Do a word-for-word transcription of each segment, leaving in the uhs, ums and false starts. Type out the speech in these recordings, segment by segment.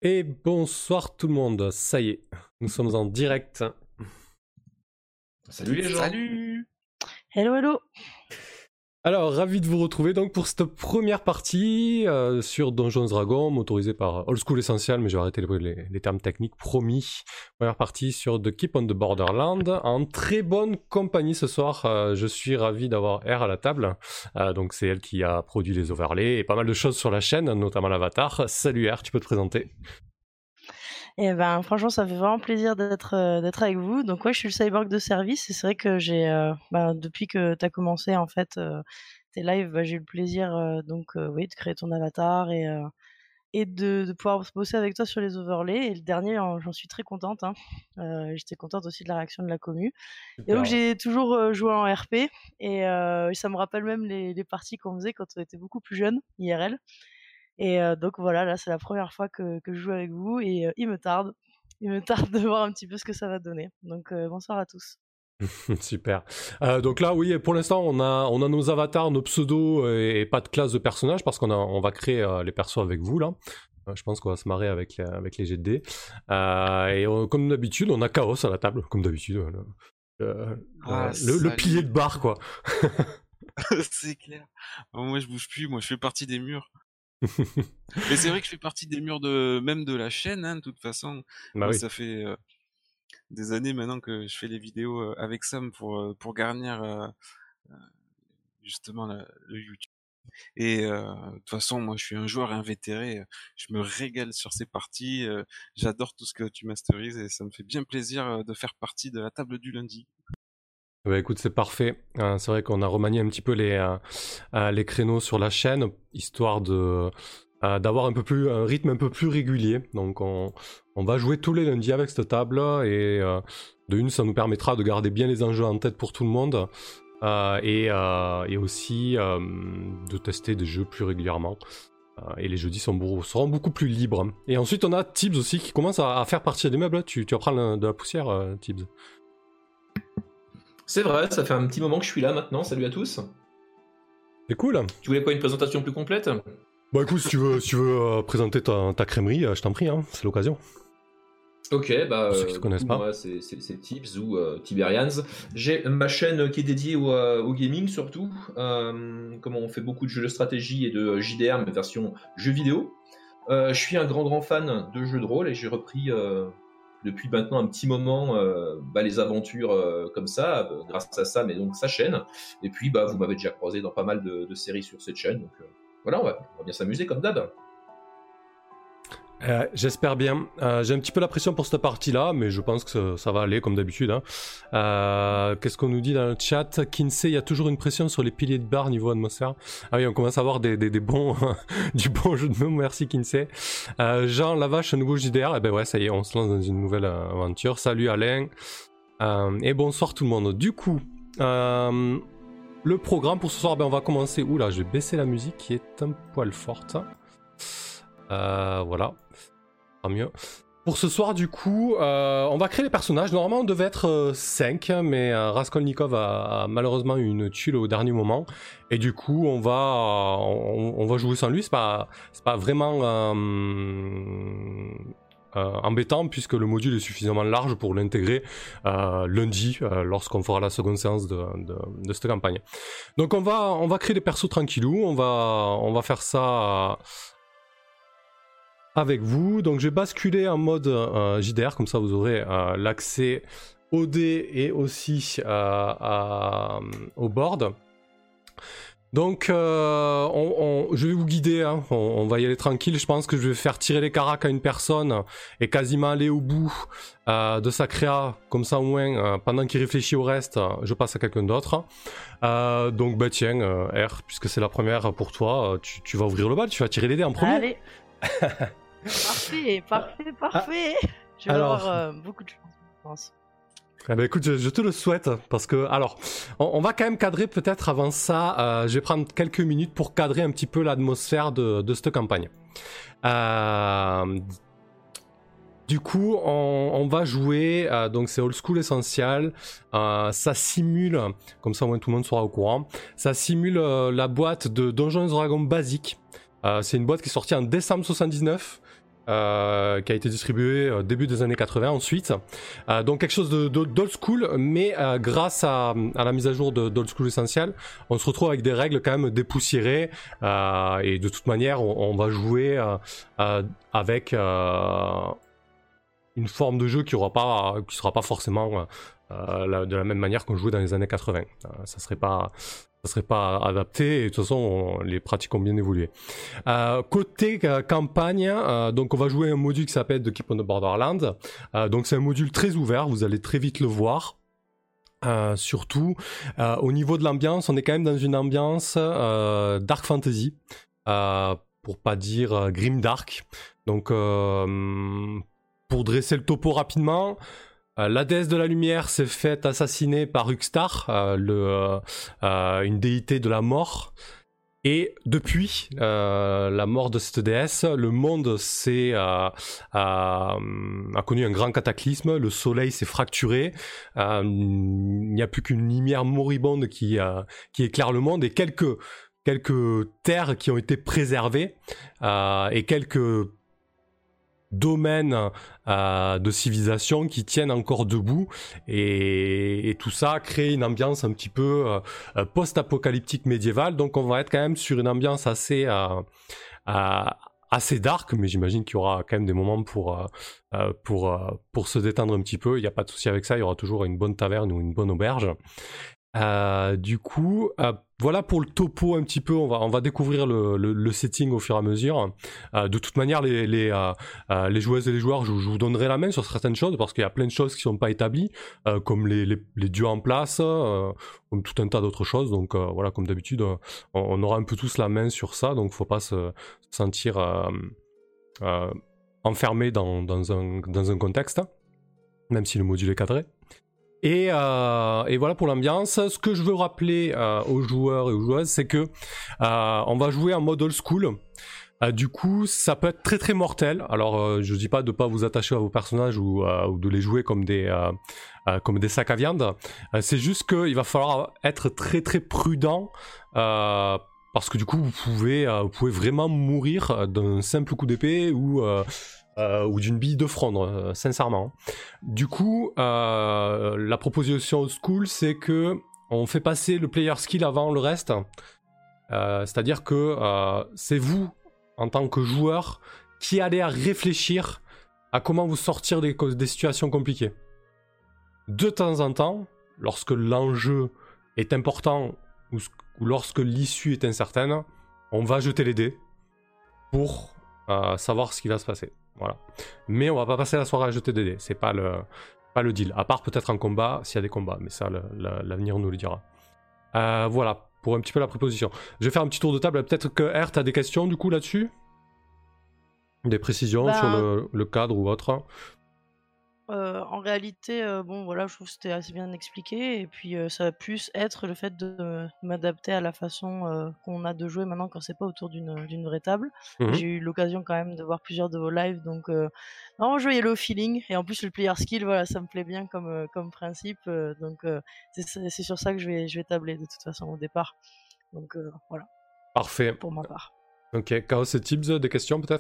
Et bonsoir tout le monde, ça y est, nous sommes en direct. Salut les gens. Salut. Hello, hello. Alors, ravi de vous retrouver donc pour cette première partie euh, sur Donjons Dragons, motorisée par Old School Essential, mais je vais arrêter les, les, les termes techniques, promis. Première partie sur The Keep on the Borderland, en très bonne compagnie ce soir. Euh, je suis ravi d'avoir R à la table, euh, donc c'est elle qui a produit les overlays et pas mal de choses sur la chaîne, notamment l'avatar. Salut R, tu peux te présenter? Et ben franchement ça fait vraiment plaisir d'être euh, d'être avec vous. Donc ouais, je suis le cyborg de service et c'est vrai que j'ai euh, bah, depuis que tu as commencé en fait euh, tes lives, bah, j'ai eu le plaisir euh, donc euh, oui de créer ton avatar et euh, et de, de pouvoir bosser avec toi sur les overlays. Et le dernier, j'en suis très contente. Hein. Euh, j'étais contente aussi de la réaction de la commu. Super. Et donc j'ai toujours euh, joué en R P et euh, ça me rappelle même les, les parties qu'on faisait quand on était beaucoup plus jeune, I R L. Et euh, donc voilà, là c'est la première fois que, que je joue avec vous et euh, il me tarde, il me tarde de voir un petit peu ce que ça va donner. Donc euh, bonsoir à tous. Super. Euh, donc là, oui, pour l'instant, on a, on a nos avatars, nos pseudos et, et pas de classe de personnages parce qu'on a, on va créer euh, les persos avec vous là. Euh, je pense qu'on va se marrer avec, euh, avec les jets de dés. Euh, et on, comme d'habitude, on a Chaos à la table, comme d'habitude. Le, le, Ah, le, le pilier de bar, quoi. C'est clair. Bon, moi, je bouge plus. Moi, je fais partie des murs. Mais c'est vrai que je fais partie des murs de même de la chaîne, hein, de toute façon. Bah moi, oui. Ça fait euh, des années maintenant que je fais les vidéos euh, avec Sam pour euh, pour garnir euh, justement la, le YouTube. Et euh, de toute façon, moi, je suis un joueur invétéré. Je me régale sur ces parties. Euh, j'adore tout ce que tu masterises et ça me fait bien plaisir de faire partie de la table du lundi. Ouais, écoute, c'est parfait. Euh, c'est vrai qu'on a remanié un petit peu les, euh, euh, les créneaux sur la chaîne, histoire de euh, d'avoir un peu plus un rythme un peu plus régulier. Donc on, on va jouer tous les lundis avec cette table et euh, de une, ça nous permettra de garder bien les enjeux en tête pour tout le monde euh, et, euh, et aussi euh, de tester des jeux plus régulièrement. Euh, et les jeudis sont beau, seront beaucoup plus libres. Et ensuite, on a Tibbs aussi qui commence à, à faire partie des meubles. Tu, tu vas prendre de la poussière, euh, Tibbs. C'est vrai, ça fait un petit moment que je suis là maintenant. Salut à tous. C'est cool. Tu voulais quoi, une présentation plus complète? Bah écoute, si tu veux, si tu veux euh, présenter ta, ta crèmerie, euh, je t'en prie, hein, c'est l'occasion. Ok, bah pour ceux qui te connaissent coup, pas. Moi c'est, c'est, c'est Tibbs ou euh, Tiberians. J'ai ma chaîne qui est dédiée au, euh, au gaming surtout. Euh, comme on fait beaucoup de jeux de stratégie et de J D R, mais version jeux vidéo. Euh, je suis un grand grand fan de jeux de rôle et j'ai repris euh, depuis maintenant un petit moment euh, bah, les aventures euh, comme ça, euh, grâce à ça, mais donc sa chaîne. Et puis bah vous m'avez déjà croisé dans pas mal de, de séries sur cette chaîne, donc euh, voilà, on va, on va bien s'amuser comme d'hab. Euh, j'espère bien. Euh, j'ai un petit peu la pression pour cette partie-là, mais je pense que ça, ça va aller comme d'habitude. Hein. Euh, qu'est-ce qu'on nous dit dans le chat? Kinsey, il y a toujours une pression sur les piliers de bar niveau atmosphère. Ah oui, on commence à avoir des, des, des bons, du bon jeu de mots. Merci Kinsey. Euh, Jean, la vache, un nouveau J D R. Eh ben ouais, ça y est, on se lance dans une nouvelle euh, aventure. Salut Alain. Euh, et bonsoir tout le monde. Du coup, euh, le programme pour ce soir, ben on va commencer. Oula, je vais baisser la musique qui est un poil forte. Euh, voilà. Tant mieux. Pour ce soir, du coup, euh, on va créer les personnages. Normalement, on devait être euh, cinq, mais euh, Raskolnikov a, a malheureusement eu une tuile au dernier moment. Et du coup, on va, euh, on, on va jouer sans lui. C'est pas, c'est pas vraiment euh, euh, embêtant, puisque le module est suffisamment large pour l'intégrer euh, lundi, euh, lorsqu'on fera la seconde séance de, de, de cette campagne. Donc, on va, on va créer des persos tranquillou. On va, on va faire ça... Euh, avec vous. Donc je vais basculer en mode euh, J D R, comme ça vous aurez euh, l'accès au dé et aussi euh, à, au board. Donc euh, on, on, je vais vous guider, hein. on, on va y aller tranquille. Je pense que je vais faire tirer les caracs à une personne et quasiment aller au bout euh, de sa créa, comme ça au moins euh, pendant qu'il réfléchit au reste, je passe à quelqu'un d'autre. Euh, donc bah tiens euh, R, puisque c'est la première pour toi, tu, tu vas ouvrir le bal, tu vas tirer les dés en premier. Allez. Parfait, parfait, parfait. Ah, je vais alors, avoir euh, beaucoup de chance, je pense. Eh ben écoute, je, je te le souhaite, parce que, alors, on, on va quand même cadrer peut-être avant ça, euh, je vais prendre quelques minutes pour cadrer un petit peu l'atmosphère de, de cette campagne. Euh, du coup, on, on va jouer, euh, donc c'est Old School Essential, euh, ça simule, comme ça au moins tout le monde sera au courant, ça simule euh, la boîte de Donjons and Dragons basique. Euh, c'est une boîte qui est sortie en décembre soixante-dix-neuf. euh, qui a été distribué euh, début des années quatre-vingts ensuite. Euh, donc quelque chose de, de, d'old school, mais euh, grâce à, à la mise à jour de, d'old school essentiel, on se retrouve avec des règles quand même dépoussiérées, euh, et de toute manière, on, on va jouer euh, euh, avec euh, une forme de jeu qui aura pas, qui sera pas forcément euh, la, de la même manière qu'on jouait dans les années quatre-vingts. Euh, ça serait pas ça serait pas adapté, et de toute façon on, les pratiques ont bien évolué. Euh, côté euh, campagne, euh, donc on va jouer un module qui s'appelle The Keep on the Borderlands. Euh, donc c'est un module très ouvert, vous allez très vite le voir. Euh, surtout euh, au niveau de l'ambiance, on est quand même dans une ambiance euh, dark fantasy, euh, pour pas dire euh, grim dark. Donc euh, pour dresser le topo rapidement, Euh, la déesse de la lumière s'est faite assassiner par Uxtar, euh, le, euh, euh, une déité de la mort. Et depuis euh, la mort de cette déesse, le monde s'est, euh, a, a connu un grand cataclysme. Le soleil s'est fracturé. Euh, il n'y a plus qu'une lumière moribonde qui, euh, qui éclaire le monde, et quelques, quelques terres qui ont été préservées, euh, et quelques domaines euh, de civilisation qui tiennent encore debout, et, et tout ça crée une ambiance un petit peu euh, post-apocalyptique médiévale. Donc on va être quand même sur une ambiance assez euh, euh, assez dark, mais j'imagine qu'il y aura quand même des moments pour euh, pour euh, pour se détendre un petit peu. Il n'y a pas de souci avec ça, il y aura toujours une bonne taverne ou une bonne auberge. Euh, du coup, euh, voilà pour le topo un petit peu. On va, on va découvrir le, le, le setting au fur et à mesure. Euh, de toute manière, les, les, euh, euh, les joueuses et les joueurs, je, je vous donnerai la main sur certaines choses, parce qu'il y a plein de choses qui sont pas établies, euh, comme les, les, les dieux en place, euh, comme tout un tas d'autres choses. Donc euh, voilà, comme d'habitude, on, on aura un peu tous la main sur ça, donc faut pas se, se sentir euh, euh, enfermé dans, dans, un, dans un contexte, même si le module est cadré. Et, euh, et voilà pour l'ambiance. Ce que je veux rappeler euh, aux joueurs et aux joueuses, c'est que euh, on va jouer en mode old school. Euh, du coup, ça peut être très très mortel. Alors, euh, je dis pas de pas vous attacher à vos personnages ou, euh, ou de les jouer comme des euh, euh, comme des sacs à viande. Euh, c'est juste qu'il va falloir être très très prudent. Euh, parce que du coup, vous pouvez, euh, vous pouvez vraiment mourir d'un simple coup d'épée ou euh, Euh, ou d'une bille de fronde, euh, sincèrement. Du coup, euh, la proposition old school, c'est que on fait passer le player skill avant le reste. Euh, c'est-à-dire que euh, c'est vous, en tant que joueur, qui allez à réfléchir à comment vous sortir des, des situations compliquées. De temps en temps, lorsque l'enjeu est important ou, ou lorsque l'issue est incertaine, on va jeter les dés pour euh, savoir ce qui va se passer. Voilà. Mais on va pas passer la soirée à jeter des dés, c'est pas le, pas le deal. À part peut-être en combat, s'il y a des combats, mais ça, le, le, l'avenir nous le dira. Euh, voilà, pour un petit peu la préposition. Je vais faire un petit tour de table, peut-être que R, t'as des questions du coup là-dessus ? Des précisions bah, sur le, le cadre ou autre ? Euh, en réalité, euh, bon voilà, je trouve que c'était assez bien expliqué, et puis euh, ça va plus être le fait de, de m'adapter à la façon euh, qu'on a de jouer maintenant quand c'est pas autour d'une, d'une vraie table. Mmh. J'ai eu l'occasion quand même de voir plusieurs de vos lives, donc euh, non, je voyais le feeling, et en plus le player skill, voilà, ça me plaît bien comme, euh, comme principe, euh, donc euh, c'est, c'est sur ça que je vais, je vais tabler de toute façon au départ. Donc euh, voilà. Parfait. Pour ma part. Ok, Chaos et Tibbs, des questions peut-être ?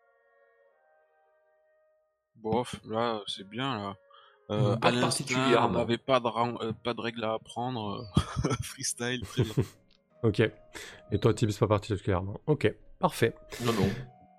Bof, là, c'est bien, là. Euh, pas à l'instinct, on n'avait pas de, rang, euh, pas de règles à apprendre. Euh, freestyle, très bien. Ok. Et toi, Tibbs, pas particulièrement. Ok, parfait. Non, non.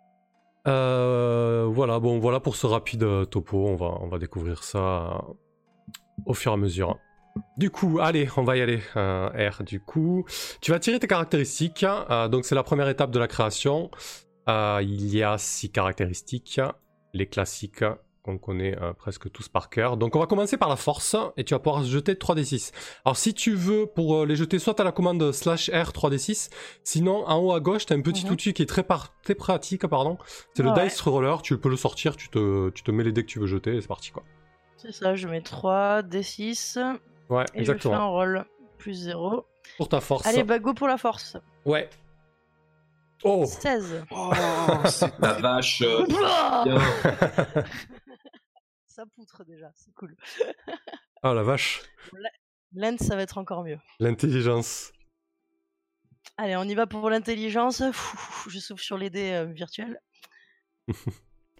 Euh, voilà, bon, voilà pour ce rapide topo. On va, on va découvrir ça au fur et à mesure. Du coup, allez, on va y aller. Euh, R, du coup, tu vas tirer tes caractéristiques. Euh, donc, c'est la première étape de la création. Euh, il y a six caractéristiques. Les classiques qu'on connaît euh, presque tous par cœur. Donc on va commencer par la force, et tu vas pouvoir jeter trois d six. Alors si tu veux, pour euh, les jeter, soit à la commande slash R trois d six, sinon en haut à gauche, tu as un petit mm-hmm. outil qui est très, par- très pratique, pardon. C'est le ouais. Dice Roller, tu peux le sortir, tu te, tu te mets les dés que tu veux jeter, et c'est parti quoi. C'est ça, je mets trois d six, ouais, et exactement. je fais un roll, plus zéro. Pour ta force. Allez, bah go pour la force. Ouais. Oh seize. Oh, c'est ta vache. Euh, ça poutre déjà, c'est cool. Oh la vache. L'Ent, ça va être encore mieux. L'intelligence. Allez, on y va pour l'intelligence. Je souffle sur les dés euh, virtuels.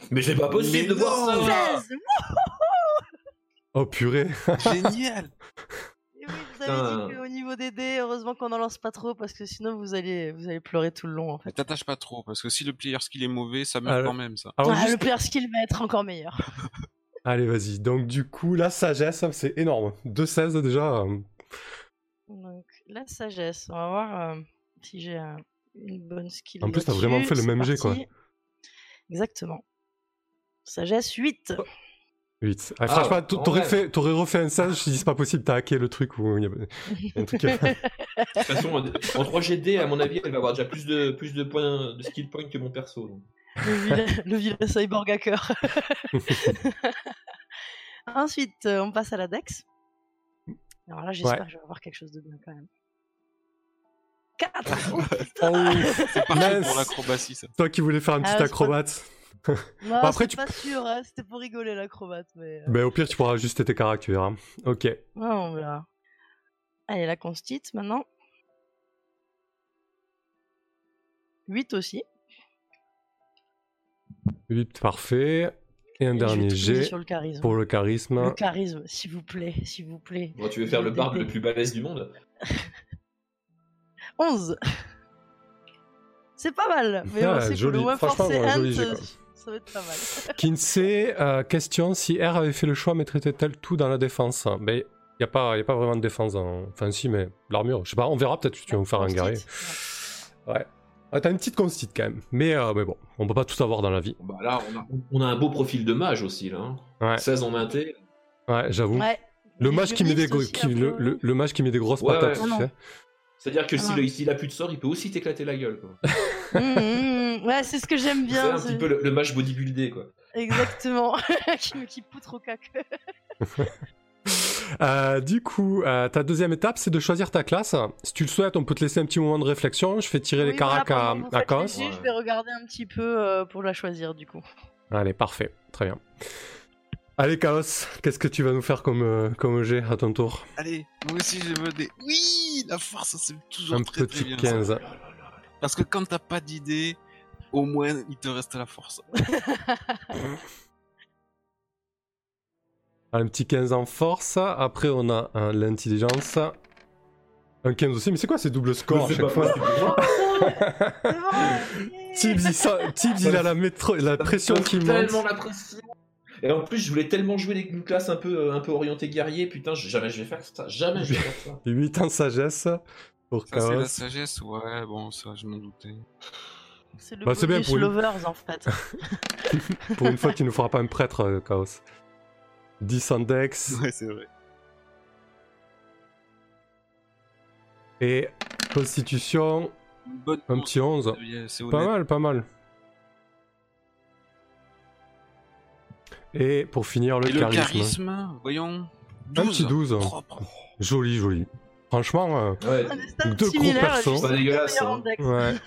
Mais c'est pas possible Mais de voir non. ça. seize. Oh purée. Génial. Et oui, vous Putain. avez dit qu'au niveau des dés, heureusement qu'on n'en lance pas trop parce que sinon vous allez, vous allez pleurer tout le long en Mais fait. t'attaches pas trop, parce que si le player skill est mauvais, ça meurt Alors- quand même, ça. Alors, Ah, juste- le player skill va être encore meilleur. Allez, vas-y. Donc, du coup, la sagesse, c'est énorme. deux seize déjà. euh, Donc la sagesse, on va voir euh, si j'ai euh, une bonne skill. En plus, t'as là-dessus. vraiment fait le C'est même jet, quoi. parti. Exactement. Sagesse huit. huit. Ah, Ah, franchement, t'a- en t'aurais, vrai. fait, t'aurais refait un seize, je dis c'est pas possible, t'as hacké le truc ou il y a, il y a un truc. De toute façon, en trois G D, à mon avis, elle va avoir déjà plus de, plus de points de skill points que mon perso. donc. Le vilain, le vilain cyborg hacker. Ensuite, euh, on passe à la Dex. Alors là, j'espère Ouais. que je vais avoir quelque chose de bien quand même. quatre. Oh, C'est parti mince. pour l'acrobatie, ça. Toi qui voulais faire un petit Ah, c'est pas- acrobate. Non, après, c'est tu- pas sûr, hein, c'était pour rigoler l'acrobate. Mais... euh, Ben, au pire, tu pourras ajuster tes caractères, tu verras. Ok. ouais, on verra. Allez, la constite maintenant. huit aussi. huit, parfait. Et un Et je vais dernier tout miser jet sur le charisme. pour le charisme. Le charisme, s'il vous plaît, s'il vous plaît. Bon, tu veux faire J'ai le barbe des le dés. plus balèze du monde? onze. C'est pas mal, mais Ah, bon, c'est joli. cool. Au moins, Franchement, force et ouais, joli Ant, jet, euh, quoi. ça va être pas mal. Kinsey, euh, question si R avait fait le choix, mettrait-elle tout dans la défense? Ben, il n'y a, pas- y a pas vraiment de défense. Hein. Enfin, si, mais l'armure, je sais pas, on verra peut-être que tu vas nous faire un guerrier. Ouais. Ah, t'as une petite constite quand même. Mais, euh, mais bon, on peut pas tout avoir dans la vie. Bah là, on a, on a un beau profil de mage aussi, là. hein. Ouais, seize en mainté. ouais j'avoue. Ouais. Le Des mage qui met des, juristes gros- aussi, qui- un le, peu. le- le mage qui met des grosses Ouais, patates, ouais. tu Non, sais. C'est-à-dire que Ah. s'il s'il a plus de sort, il peut aussi t'éclater la gueule, quoi. Mmh, mmh, ouais, c'est ce que j'aime C'est bien. un c'est- petit peu le, le mage bodybuildé, quoi. Exactement. qui, qui poutre au cac. Euh, du coup, euh, ta deuxième étape, c'est de choisir ta classe. Si tu le souhaites, on peut te laisser un petit moment de réflexion. Je fais tirer les Oui, voilà, caracs à, pendant que vous à faites Chaos. les jets, Je vais regarder un petit peu euh, pour la choisir du coup. Allez, parfait. Très bien. Allez, Chaos, qu'est-ce que tu vas nous faire comme, euh, comme jet à ton tour? Allez, moi aussi je veux des... Oui, la force, c'est toujours Un très petit très bien. ça. quinze. Parce que quand t'as pas d'idée, au moins il te reste la force. Un petit quinze en force. Après, on a un- l'intelligence. Un quinze aussi. Mais c'est quoi ces doubles scores à C'est chaque pas fois? possible. Tibbs, il, sa- Tibbs, il a la, métro- la pression qui monte. Tellement la pression. Et en plus, je voulais tellement jouer une classe un peu, un peu orientée guerrier. Putain, jamais je vais faire ça. Jamais je vais faire ça. huit en sagesse pour Ça c'est la Chaos. sagesse, ouais, bon, ça je m'en doutais. C'est le Bah, c'est bien bonus pour lui. lovers en fait. Pour une fois, tu ne feras pas un prêtre, euh, Chaos. dix en dex. Ouais, c'est vrai. Et constitution, Une bonne un course, petit onze. c'est bien, c'est Pas honnête. mal, pas mal. Et pour finir, le Et le charisme. charisme, voyons. Un petit douze. Propre. Joli, joli. Franchement, euh, Ouais. Un destin Deux gros similaire, persos. juste Pas dégueulasse, meilleur hein. en dex. ouais.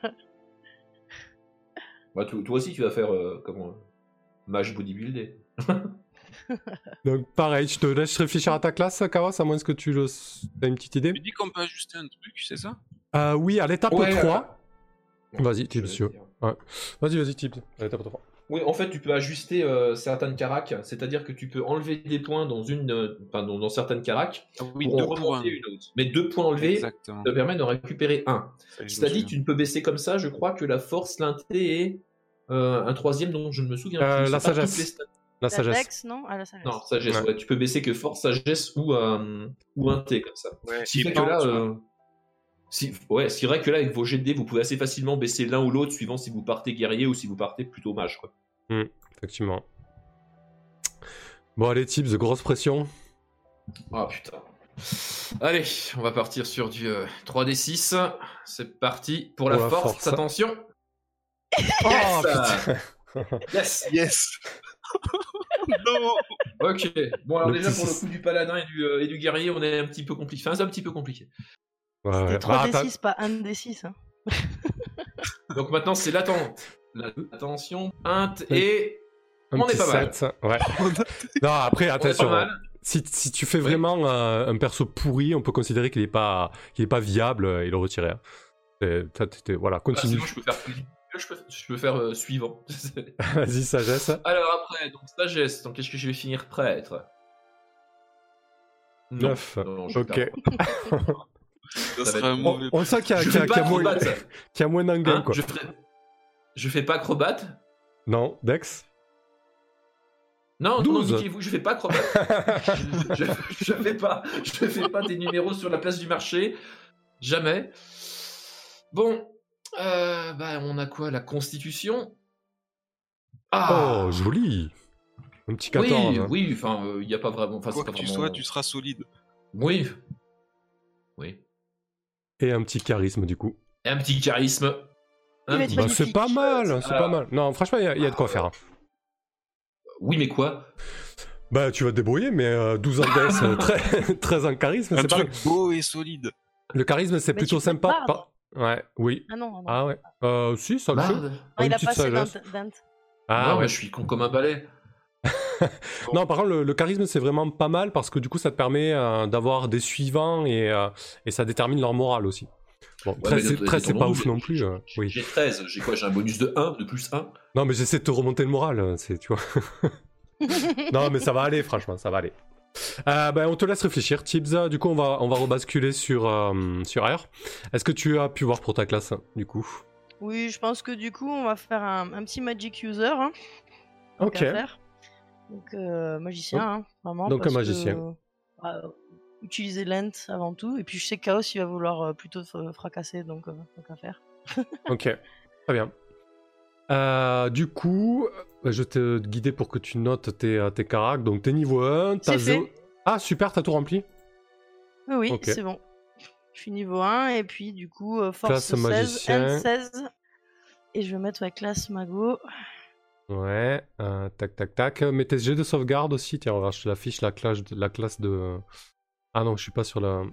Bah, toi, toi aussi, tu vas faire euh, comment euh, mage bodybuildé. Donc pareil, je te laisse réfléchir à ta classe, Chaos, à moins que tu le... aies une petite idée. Tu dis qu'on peut ajuster un truc, c'est ça? Euh, oui, à l'étape Ouais, trois. Vas-y, Je Tibbs, vais si tu veux. dire. Vas-y, vas-y, Tibbs, à l'étape trois. Oui, en fait, tu peux ajuster euh, certaines caracs, c'est-à-dire que tu peux enlever des points dans une, euh, enfin, dans, dans certaines caracs Ah oui, pour en deux pour un. remonter une autre. Mais deux points enlevés Exactement. te permettent d'en récupérer un. Ça, je me C'est-à-dire souviens. que tu ne peux baisser comme ça. Je crois que la force, l'inté et euh, un troisième dont je ne me souviens Euh, plus. la C'est pas sagesse. toutes les stats. La La sagesse. dex, non? Ah, la sagesse. Non, sagesse. Ouais. Ouais. Tu peux baisser que force, sagesse ou euh, ou un T comme ça. Ouais, Ce qui et fait que pas en là, dessous. euh, si, ouais, ce qui vrai que là avec vos jets de dés, vous pouvez assez facilement baisser l'un ou l'autre suivant si vous partez guerrier ou si vous partez plutôt mage. Quoi. Effectivement. Bon, allez, Tibbs, grosse pression. Ah putain. Allez, on va partir sur du euh, trois d six. C'est parti pour, Pour la, la force. force. Attention. Oh, Yes. putain. Yes. Yes. Non. Ok. Bon alors Le déjà petit pour le six. coup du paladin et du, euh, et du guerrier, on est un petit peu compliqué. Enfin, c'est un petit peu compliqué. Ouais, C'était ouais. trois d Ah, six, pas un d six. Hein. Donc maintenant c'est l'attente. La- Attention. Int et un on est petit pas mal. sept. Ouais. Non, après, On est pas attention. mal. Si, si tu fais vraiment euh, un perso pourri, on peut considérer qu'il est pas, qu'il est pas viable et le retirer. hein. C'est- t'as- t'es- Voilà, Bah, continue. sinon je peux faire plus, Je peux, je peux faire euh, suivant. Vas-y, sagesse. Alors après, donc sagesse. Donc qu'est-ce que je vais finir prêtre? Non, neuf. non, non, je vais Ok. perdre. Ça Ça va serait un être- On, mauvais. on sent qu'il y a, Je qu'il y a- fais qu'il y pas a moins, acrobate. qu'il y a moins d'engin, Hein, quoi. je, ferai... je fais pas acrobate. Non, Dex. Non, non, douze. niquez-vous, je fais pas acrobate. je, je fais pas, je fais pas des numéros sur la place du marché. Jamais. Bon, euh, bah, on a quoi? La constitution. Ah, Oh, joli. Un petit oui, quatorze. hein. oui, enfin, il n'y a pas vraiment. Enfin, Quoi c'est pas que tu vraiment... sois, tu seras solide. Oui. Oui. Et un petit charisme, du coup. Et un petit charisme. Il va être Bah, magnifique. c'est pas mal, c'est Alors- pas mal. Non, franchement, il y, a- il y a de quoi faire. hein. Oui, mais quoi? Bah, tu vas te débrouiller, mais euh, douze en dex, euh, très- treize en charisme, Un c'est pas truc mal. beau et solide. Le charisme, c'est Mais plutôt tu peux sympa. barde. pas- Ouais, oui. Ah non, non. Ah ouais. Euh, si, ça le fait. Barde. Non, il Une a petite passé sagesse. Dante. Dante. Ah non, ouais. mais je suis con comme un balai. Non, par contre, le, le charisme, c'est vraiment pas mal parce que du coup, ça te permet euh, d'avoir des suivants et, euh, et ça détermine leur morale aussi. Bon, Ouais, treize, mais c'est- treize, c'est pas détendons-nous, ouf non j'ai- plus. j'ai- euh, oui. J'ai treize, j'ai quoi? J'ai un bonus de un, de plus un. Non, mais j'essaie de te remonter le moral, euh, c'est, tu vois. Non, mais ça va aller, franchement, ça va aller. Euh, ben, on te laisse réfléchir. Tibbs, du coup, on va, on va rebasculer sur, euh, sur R. Est-ce que tu as pu voir pour ta classe, du coup? Oui, je pense que du coup, on va faire un, un petit Magic User. Hein, tant Ok. qu'à faire. Donc, euh, magicien, Donc- hein, vraiment. donc un parce que, magicien. euh, utiliser Lent avant tout. Et puis, je sais que Chaos, il va vouloir euh, plutôt se fracasser, donc euh, tant qu'à faire. Ok, très bien. Euh, du coup, euh, je vais te guider pour que tu notes tes, euh, tes caracs. Donc, t'es niveau un. T'as C'est zéro- fait. Ah, super, t'as tout rempli. Oui, oui, Ok. c'est bon. Je suis niveau un, et puis du coup, euh, force Classe seize, magicien. N seize. Et je vais mettre ouais, classe mago. Ouais, euh, tac, tac, tac. Mets tes jets de sauvegarde aussi. Tiens, regarde, je t'affiche la classe de... La classe de... Ah non, je suis pas sur la...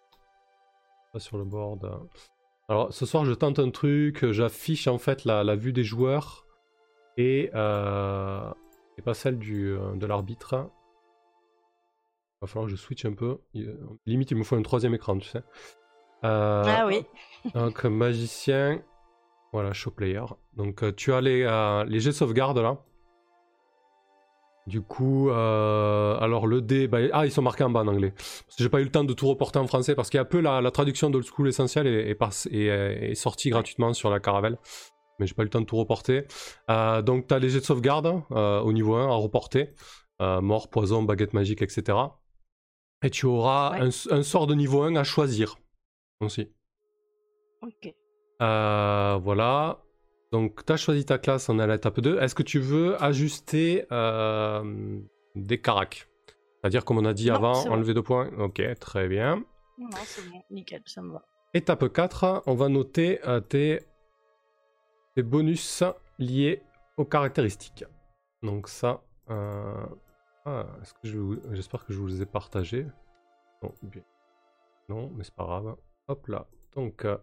Pas sur le board. Alors, ce soir, je tente un truc. J'affiche en fait la, la vue des joueurs et, euh, et pas celle du, euh, de l'arbitre. Il va falloir que je switch un peu. Il- Limite, il me faut un troisième écran, tu sais. Euh, Ah oui. Donc, magicien. Voilà, show player. Donc, euh, tu as les, euh, les jets de sauvegarde là. Du coup, euh, alors le dé, bah, ah, ils sont marqués en bas en anglais. Parce que j'ai pas eu le temps de tout reporter en français parce qu'il y a peu la, la traduction d'Old School Essentiel est, est, pass- est, est sortie gratuitement sur la Caravelle. Mais j'ai pas eu le temps de tout reporter. Euh, donc, tu as les jets de sauvegarde euh, au niveau un à reporter. Euh, mort, poison, baguette magique, et cetera. Et tu auras Ouais. un, un sort de niveau un à choisir aussi. Ok. Euh, voilà. Donc, tu as choisi ta classe, on est à l'étape deux. Est-ce que tu veux ajuster euh, des caracs? C'est-à-dire, comme on a dit Non, avant, c'est bon. enlever deux points. Ok, très bien. Non, non, c'est bon. Nickel, ça me va. Étape quatre, on va noter euh, tes, tes bonus liés aux caractéristiques. Donc ça... euh, ah, est-ce que je vous- j'espère que je vous les ai partagés. Non, bien. Non, mais c'est pas grave. Hop là. Donc... euh,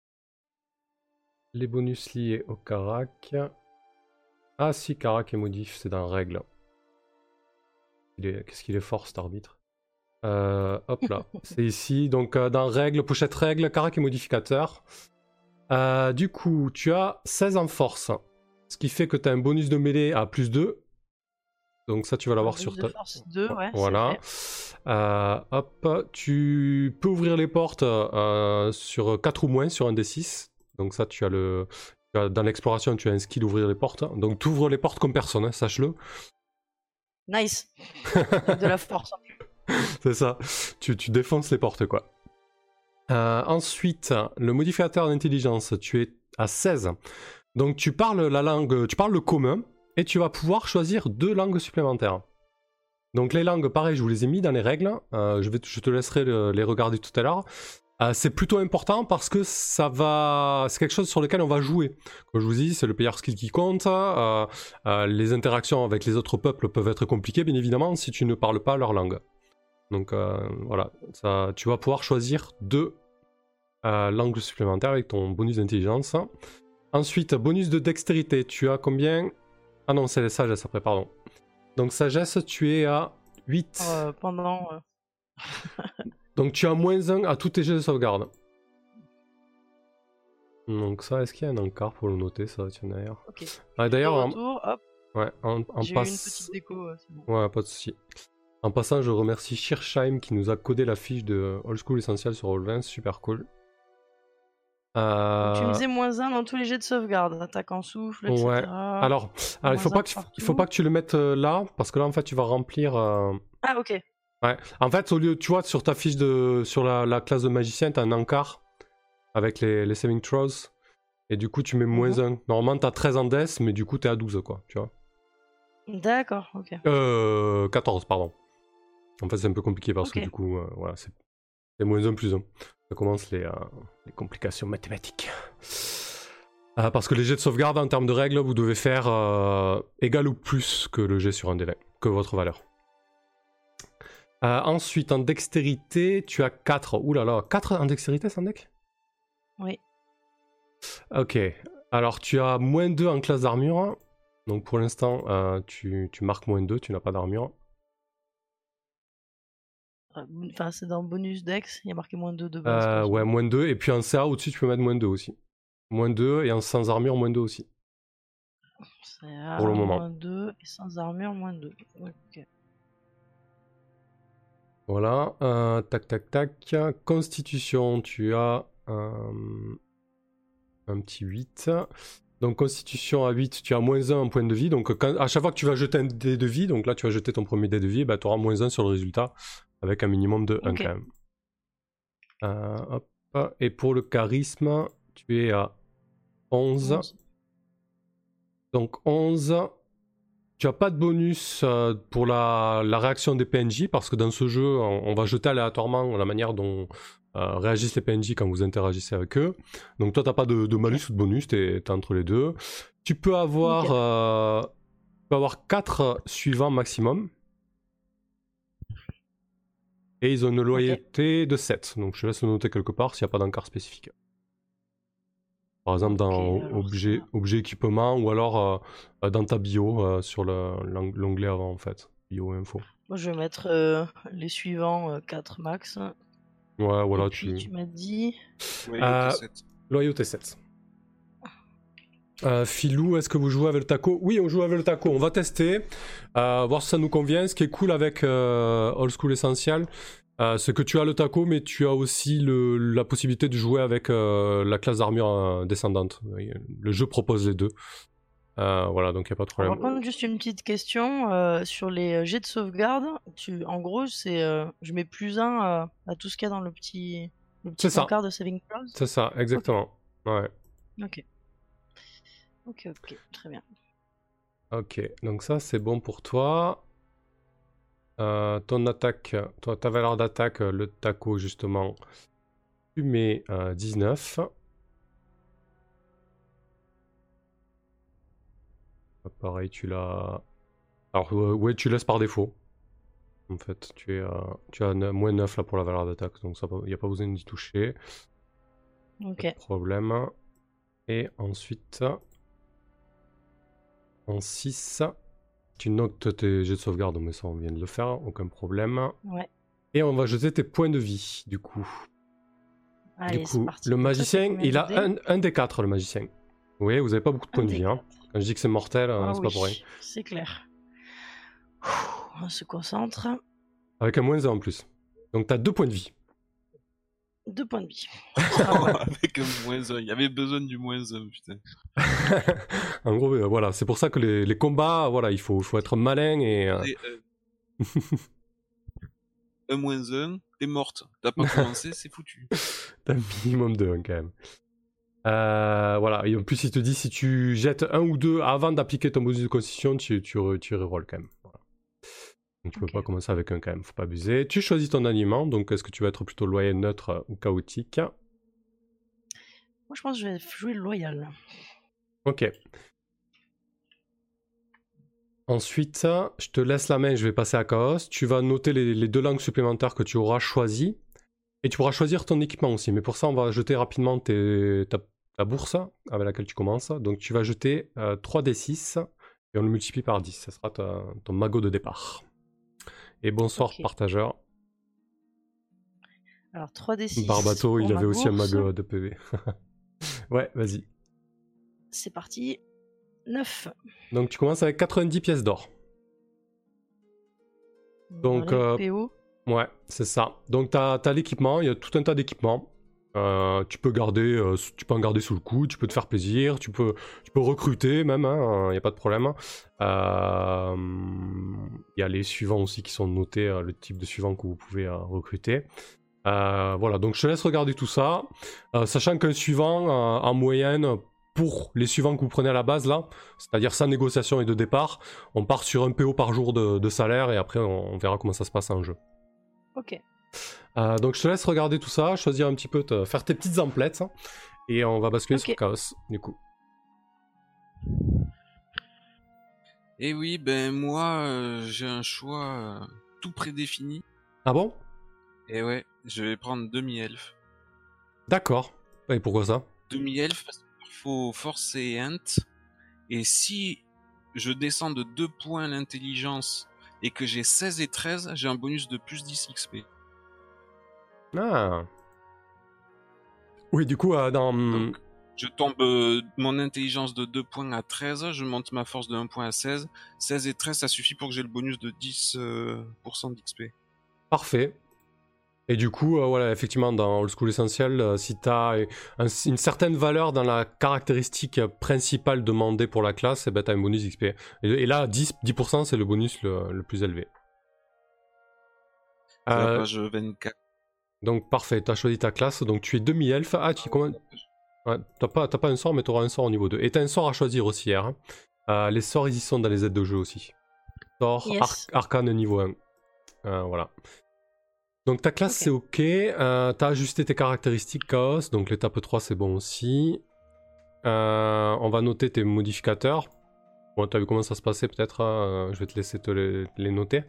les bonus liés au carac. Ah si, carac et modif, c'est dans règle. Il est- Qu'est-ce qu'il est fort cet arbitre. Euh, hop là, c'est ici. Donc euh, dans règle, pochette règle, carac et modificateur. Euh, du coup, tu as seize en force. Ce qui fait que tu as un bonus de mêlée à plus deux. Donc ça, tu vas l'avoir Bonus sur de ta... force deux, ouais, c'est Voilà. fait. Euh, hop, tu peux ouvrir les portes euh, sur quatre ou moins sur un D six. Donc ça, tu as le... tu as- dans l'exploration, tu as un skill ouvrir les portes. Donc tu ouvres les portes comme personne, hein, sache-le. Nice. Avec de la force. C'est ça. Tu, tu défonces les portes, quoi. Euh, ensuite, le modificateur d'intelligence, tu es à seize. Donc tu parles la langue, tu parles le commun et tu vas pouvoir choisir deux langues supplémentaires. Donc les langues, pareil, je vous les ai mis dans les règles. Euh, je, vais, je te laisserai le- les regarder tout à l'heure. Euh, c'est plutôt important parce que ça va, c'est quelque chose sur lequel on va jouer. Comme je vous dis, c'est le player skill qui compte. Euh, euh, les interactions avec les autres peuples peuvent être compliquées, bien évidemment, si tu ne parles pas leur langue. Donc euh, voilà, ça, tu vas pouvoir choisir deux euh, langues supplémentaires avec ton bonus d'intelligence. Ensuite, bonus de dextérité, tu as combien? Ah non, c'est les sagesse après, pardon. Donc sagesse, tu es à huit. Euh, pendant. euh, Donc tu as moins un à tous tes jets de sauvegarde. Donc ça, est-ce qu'il y a un encart pour le noter, ça, tiens, d'ailleurs. Ok. Ah, d'ailleurs, en... Retour, hop, Ouais, en, en j'ai eu une passe... petite déco, euh, c'est bon. Ouais, pas de soucis. En passant, je remercie Shirsheim qui nous a codé la fiche de Old School Essential sur Roll vingt, super cool. Donc, tu me Euh... disais moins un dans tous les jets de sauvegarde, attaque en souffle, et cetera. Ouais. Alors, alors il faut Moins pas un que, partout. il faut pas que tu le mettes euh, là, parce que là, en fait, tu vas remplir... euh, Ah, ok. Ouais. En fait, au lieu, tu vois, sur ta fiche de... Sur la, la classe de magicien, t'as un encart avec les, les saving throws. Et du coup, tu mets moins Mhm. un. Normalement, t'as treize en death, mais du coup, t'es à douze, quoi, tu vois. D'accord, ok. Euh... quatorze, pardon. En fait, c'est un peu compliqué parce Ok. que du coup, euh, voilà, c'est c'est moins un plus un. Ça commence les, euh, les complications mathématiques. Euh, parce que les jets de sauvegarde, en termes de règles, vous devez faire euh, égal ou plus que le jet sur un D vingt, que votre valeur. Euh, ensuite, en dextérité, tu as quatre. Ouh là là, quatre en dextérité, sans deck? Oui. Ok. Alors, tu as moins deux en classe d'armure. Donc, pour l'instant, euh, tu, tu marques moins deux, tu n'as pas d'armure. Enfin, c'est dans bonus dex, il y a marqué moins deux de base. Euh, ouais, moins deux. Et puis en C A, au-dessus, tu peux mettre moins deux aussi. Moins deux, et en sans armure, moins deux aussi. C'est à Pour le moment. moins deux, et sans armure, moins deux. Ok. Voilà. Euh, tac, tac, tac. Constitution, tu as euh, un petit huit. Donc, constitution à huit, tu as moins un en point de vie. Donc, quand, à chaque fois que tu vas jeter un dé de vie, donc là, tu vas jeter ton premier dé de vie, bah, tu auras moins un sur le résultat, avec un minimum de un Ok. quand même. Euh, hop. Et pour le charisme, tu es à onze. onze. Donc onze, tu n'as pas de bonus euh, pour la, la réaction des P N J, parce que dans ce jeu, on, on va jeter aléatoirement la manière dont euh, réagissent les P N J quand vous interagissez avec eux. Donc toi, tu n'as pas de, de malus ou de bonus, tu es entre les deux. Tu peux avoir, Nickel. euh, tu peux avoir quatre suivants maximum. Et ils ont une loyauté de sept. Donc je laisse le noter quelque part s'il n'y a pas d'encart spécifique. Par exemple, dans Ok, alors objet, ça- objet équipement, ou alors euh, dans ta bio, euh, sur le- l'ong- l'onglet avant, en fait. Bio info. Moi, je vais mettre euh, les suivants euh, quatre max. Ouais, voilà, Et puis, tu... tu m'as dit. Ouais, Euh, sept. Loyauté sept. Euh, Philou, est-ce que vous jouez avec le taco? Oui, on joue avec le taco. On va tester, euh, voir si ça nous convient. Ce qui est cool avec euh, Old School Essential, euh, c'est que tu as le taco, mais tu as aussi le, la possibilité de jouer avec euh, la classe d'armure euh, descendante. Le jeu propose les deux. Euh, voilà, donc il n'y a pas de Alors, problème. par contre, juste une petite question euh, sur les euh, jets de sauvegarde. Tu, en gros, c'est, euh, je mets plus un euh, à tout ce qu'il y a dans le petit, le petit C'est ça. encart de saving throws. C'est ça, exactement. Ouais. Ok. Ok, ok, très bien. Ok, donc ça c'est bon pour toi. Euh, ton attaque, toi, ta valeur d'attaque, le taco justement, tu mets euh, dix-neuf. Ah, pareil, tu l'as. Alors, euh, ouais, tu laisses par défaut. En fait, tu, es, euh, tu as ne- moins neuf là pour la valeur d'attaque, donc il n'y a pas besoin d'y toucher. Ok. Pas de problème. Et ensuite, en six, tu notes tes jets de sauvegarde, mais ça on vient de le faire, aucun problème. Ouais. Et on va jeter tes points de vie, du coup. Allez, du c'est coup, parti. le Donc ça, c'est magicien, combien il de a dés un, un des quatre, le magicien. Vous voyez, vous avez pas beaucoup de Un points de des vie. Hein. Quand je dis que c'est mortel, Ah c'est oui, pas pour rien. c'est clair. Ouh, on se concentre. Avec un moins un en plus. Donc t'as deux points de vie. Deux points de vie. Ah ouais. Avec un moins un. Il y avait besoin du moins un, putain. En gros, euh, voilà, c'est pour ça que les, les combats, voilà, il faut, faut être malin et. euh, Et, euh, un moins un, t'es morte. T'as pas commencé, c'est foutu. T'as un minimum de un quand même. Euh, voilà, et en plus, il te dit si tu jettes un ou deux avant d'appliquer ton bonus de constitution, tu, tu, re- tu reroll quand même. Voilà. Donc tu peux Ok. pas commencer avec un quand même, faut pas abuser. Tu choisis ton aliment, donc est-ce que tu vas être plutôt loyal, neutre euh, ou chaotique? Moi, je pense que je vais jouer le loyal. Ok. Ensuite, je te laisse la main, je vais passer à Chaos. Tu vas noter les, les deux langues supplémentaires que tu auras choisies. Et tu pourras choisir ton équipement aussi. Mais pour ça, on va jeter rapidement tes, ta, ta bourse avec laquelle tu commences. Donc tu vas jeter euh, trois d six et on le multiplie par dix. Ça sera ta, ton magot de départ. Et bonsoir, Ok. partageur. Alors, trois d six. Barbato, pour il ma avait aussi un bourse. magot de P V. Ouais, vas-y. C'est parti. neuf. Donc tu commences avec quatre-vingt-dix pièces d'or. Donc, Dans les euh, P O. Ouais, c'est ça. Donc t'as as, l'équipement, il y a tout un tas d'équipements. Euh, tu peux garder, euh, tu peux en garder sous le coude, tu peux te faire plaisir, tu peux, tu peux recruter même, il hein, n'y a pas de problème. Il euh, y a les suivants aussi qui sont notés, euh, le type de suivant que vous pouvez euh, recruter. Euh, voilà, donc je te laisse regarder tout ça, euh, sachant qu'un suivant euh, en moyenne pour les suivants que vous prenez à la base là, c'est-à-dire sans négociation et de départ, on part sur un P O par jour de, de salaire et après on, on verra comment ça se passe en jeu. Ok. Euh, donc je te laisse regarder tout ça, choisir un petit peu, te, faire tes petites emplettes hein, et on va basculer Ok. sur Chaos du coup. Et oui, ben moi euh, j'ai un choix euh, tout prédéfini. Ah bon? Et ouais, je vais prendre demi-elfe. D'accord. Et pourquoi ça? Demi-elfe parce qu'il faut force et int. Et si je descends de deux points l'intelligence et que j'ai seize et treize, j'ai un bonus de plus dix X P. Ah. Oui, du coup, euh, dans... Donc, je tombe euh, mon intelligence de deux points à treize, je monte ma force de un point à seize. seize et treize, ça suffit pour que j'ai le bonus de dix pour cent d'X P. Parfait. Et du coup, euh, voilà, effectivement, dans Old School Essentiel, euh, si tu as un, une certaine valeur dans la caractéristique principale demandée pour la classe, eh ben, tu as un bonus X P. Et, et là, dix, dix pour cent, c'est le bonus le, le plus élevé. C'est Euh, la page vingt-quatre. Donc, parfait, tu as choisi ta classe. Donc, tu es demi-elfe. Ah, tu comment... ouais, t'as pas, t'as pas un sort, mais tu auras un sort au niveau deux. Et tu as un sort à choisir aussi, hein. Euh, les sorts, ils y sont dans les aides de jeu aussi. Sort Yes. ar arcane niveau un. Euh, voilà. Donc ta classe Ok. c'est ok, euh, t'as ajusté tes caractéristiques Chaos, donc l'étape trois c'est bon aussi. Euh, on va noter tes modificateurs. Bon, t'as vu comment ça se passait peut-être, euh, je vais te laisser te les, les noter.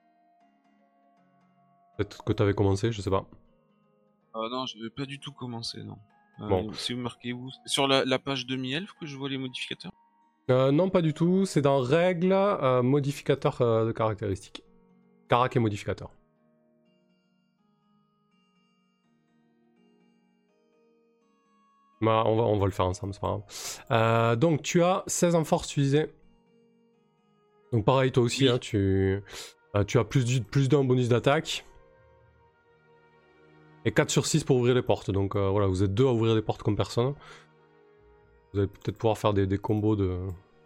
Peut-être que t'avais commencé, je sais pas. Ah non, je vais pas du tout commencer, non. Euh, Bon. C'est marqué où? Sur la, la page demi-elfe que je vois les modificateurs? Euh, non pas du tout, c'est dans règles, euh, modificateurs euh, de caractéristiques. Carac et modificateur. Bah, on, va, on va le faire ensemble, c'est pas grave. Euh, donc tu as seize en force utilisée. Donc pareil, toi aussi, Oui. hein, tu, euh, tu as plus d'un plus bonus d'attaque. Et quatre sur six pour ouvrir les portes. Donc euh, voilà, vous êtes deux à ouvrir les portes comme personne. Vous allez peut-être pouvoir faire des, des combos de...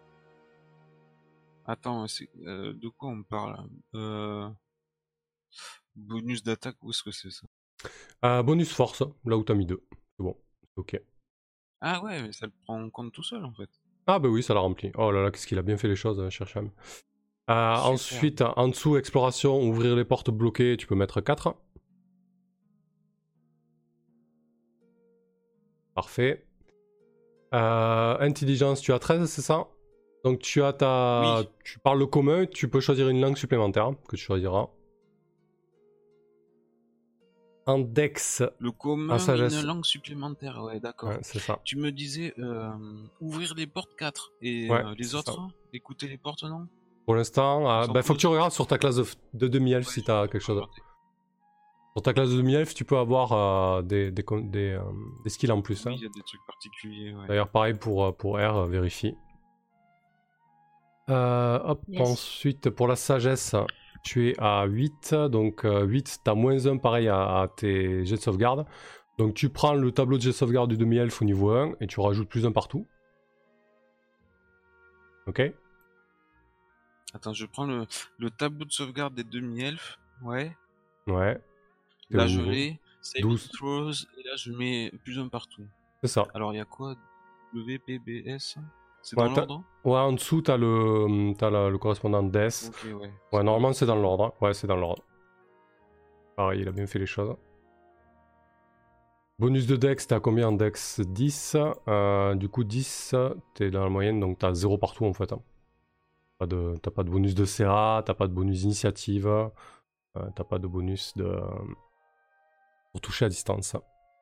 Attends, euh, de quoi on parle? euh... Bonus d'attaque, où est-ce que c'est ça? Euh, bonus force, là où t'as mis deux. C'est bon, ok. Ah ouais, mais ça le prend en compte tout seul en fait. Ah bah oui, ça l'a rempli. Oh là là, qu'est-ce qu'il a bien fait les choses, Chercham. Euh, ensuite, en dessous, exploration, ouvrir les portes bloquées, tu peux mettre quatre. Parfait. Euh, intelligence, tu as treize, c'est ça? Donc tu as ta... Oui. Tu parles le commun, tu peux choisir une langue supplémentaire que tu choisiras. En dex, Le commun, en sagesse. une langue supplémentaire, ouais, d'accord. Ouais, c'est ça. Tu me disais euh, ouvrir les portes quatre et Ouais, euh, les c'est autres, ça. écouter les portes, non? Pour l'instant, euh, Sans bah, faut que tu pause. regardes sur ta classe de, de demi-elfe Ouais, si je t'as vais quelque chose. regarder. Sur ta classe de demi-elfe, tu peux avoir euh, des, des, con- des, euh, des skills en plus. Oui, Hein. il y a des trucs particuliers, ouais. D'ailleurs, pareil pour, euh, pour R, euh, vérifie. Euh, hop, Yes. ensuite, pour la sagesse, tu es à huit. Donc, euh, huit, t'as moins un pareil à, à tes jets de sauvegarde. Donc, tu prends le tableau de jet de sauvegarde du demi-elfe au niveau un et tu rajoutes plus un partout. Ok? Attends, je prends le, le tableau de sauvegarde des demi-elfes, ouais. Ouais. T'es Là, au je niveau l'ai. Save douze. throws, et là, je mets plus un partout. C'est ça. Alors, il y a quoi? W P B S? C'est Ouais, dans t'as- l'ordre? Ouais, en dessous, t'as le, t'as la- le correspondant Death. Ok, ouais. Ouais, C'est normalement, bon. c'est dans l'ordre. Ouais, c'est dans l'ordre. Pareil, il a bien fait les choses. Bonus de Dex, t'as combien en Dex? dix. Euh, du coup, dix, t'es dans la moyenne, donc t'as zéro partout en fait. Hein. Pas de, t'as pas de bonus de C A, t'as pas de bonus d'initiative, euh, t'as pas de bonus de... pour toucher à distance.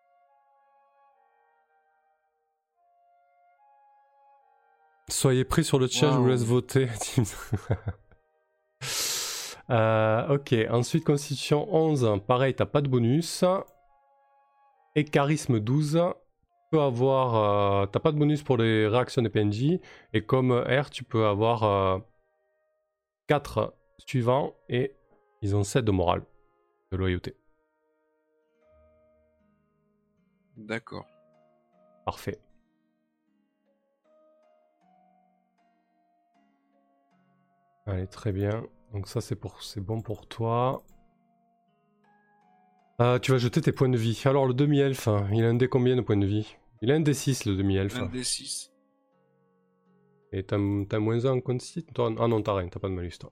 Soyez pris sur le chat, je vous laisse Waouh. voter. euh, ok, ensuite Constitution onze, pareil, t'as pas de bonus. Et Charisme douze, peux avoir... Euh, t'as pas de bonus pour les réactions des P N J, et comme R, tu peux avoir euh, quatre suivants, et ils ont sept de morale, de loyauté. D'accord. Parfait. Allez, très bien. Donc ça, c'est pour... c'est bon pour toi. Euh, tu vas jeter tes points de vie. Alors, le demi-elfe, hein, il a un dé combien de points de vie? Il a un dé six, le demi-elfe. Un D six. Et t'as t'as moins un en consti? Toi- Ah non, t'as rien, t'as pas de malus, toi.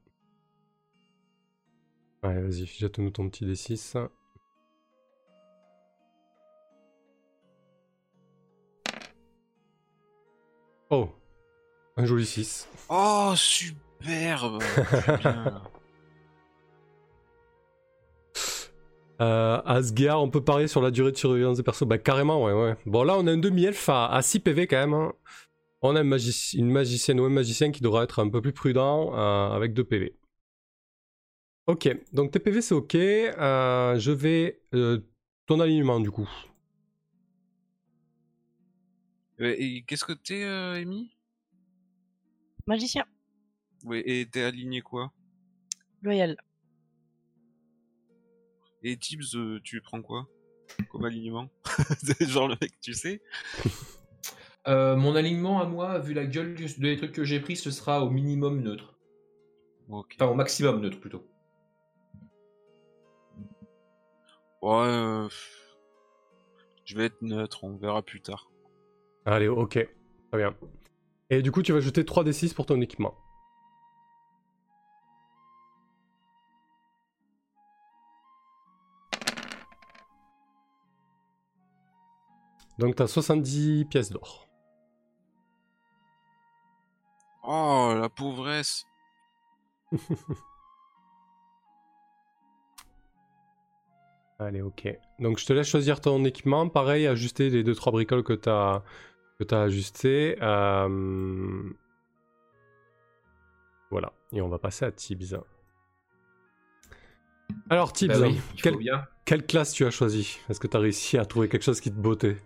Allez, vas-y, jette-nous ton petit dé six. Oh, un joli six. Oh, superbe. Bien. Euh, Asgard, on peut parier sur la durée de surveillance des persos? Bah carrément, ouais, ouais. Bon, là, on a un demi-elfe à, à six P V quand même. Hein. On a une, magici une magicienne ou un magicien qui devra être un peu plus prudent euh, avec deux P V. Ok, donc tes P V c'est ok. Euh, je vais... Euh, ton alignement du coup. Euh, Et qu'est-ce que t'es, euh, Amy? Magicien, Ouais, et t'es aligné quoi? loyal. Et Tibbs, euh, tu prends quoi comme alignement? Genre le mec, tu sais? Euh, mon alignement à moi, vu la gueule du- des trucs que j'ai pris, ce sera au minimum neutre. Ok. Enfin, au maximum neutre plutôt. Ouais, euh, je vais être neutre, on verra plus tard. Allez, ok, très bien. Et du coup, tu vas jeter trois D six pour ton équipement. Donc t'as soixante-dix pièces d'or. Oh, la pauvresse. Allez, ok. Donc je te laisse choisir ton équipement. Pareil, ajuster les deux trois bricoles que t'as que t'as ajustées. Euh... Voilà. Et on va passer à Tibbs. Alors Tibbs, Bah oui, il quelle, faut bien. quelle classe tu as choisi? Est-ce que tu as réussi à trouver quelque chose qui te bottait?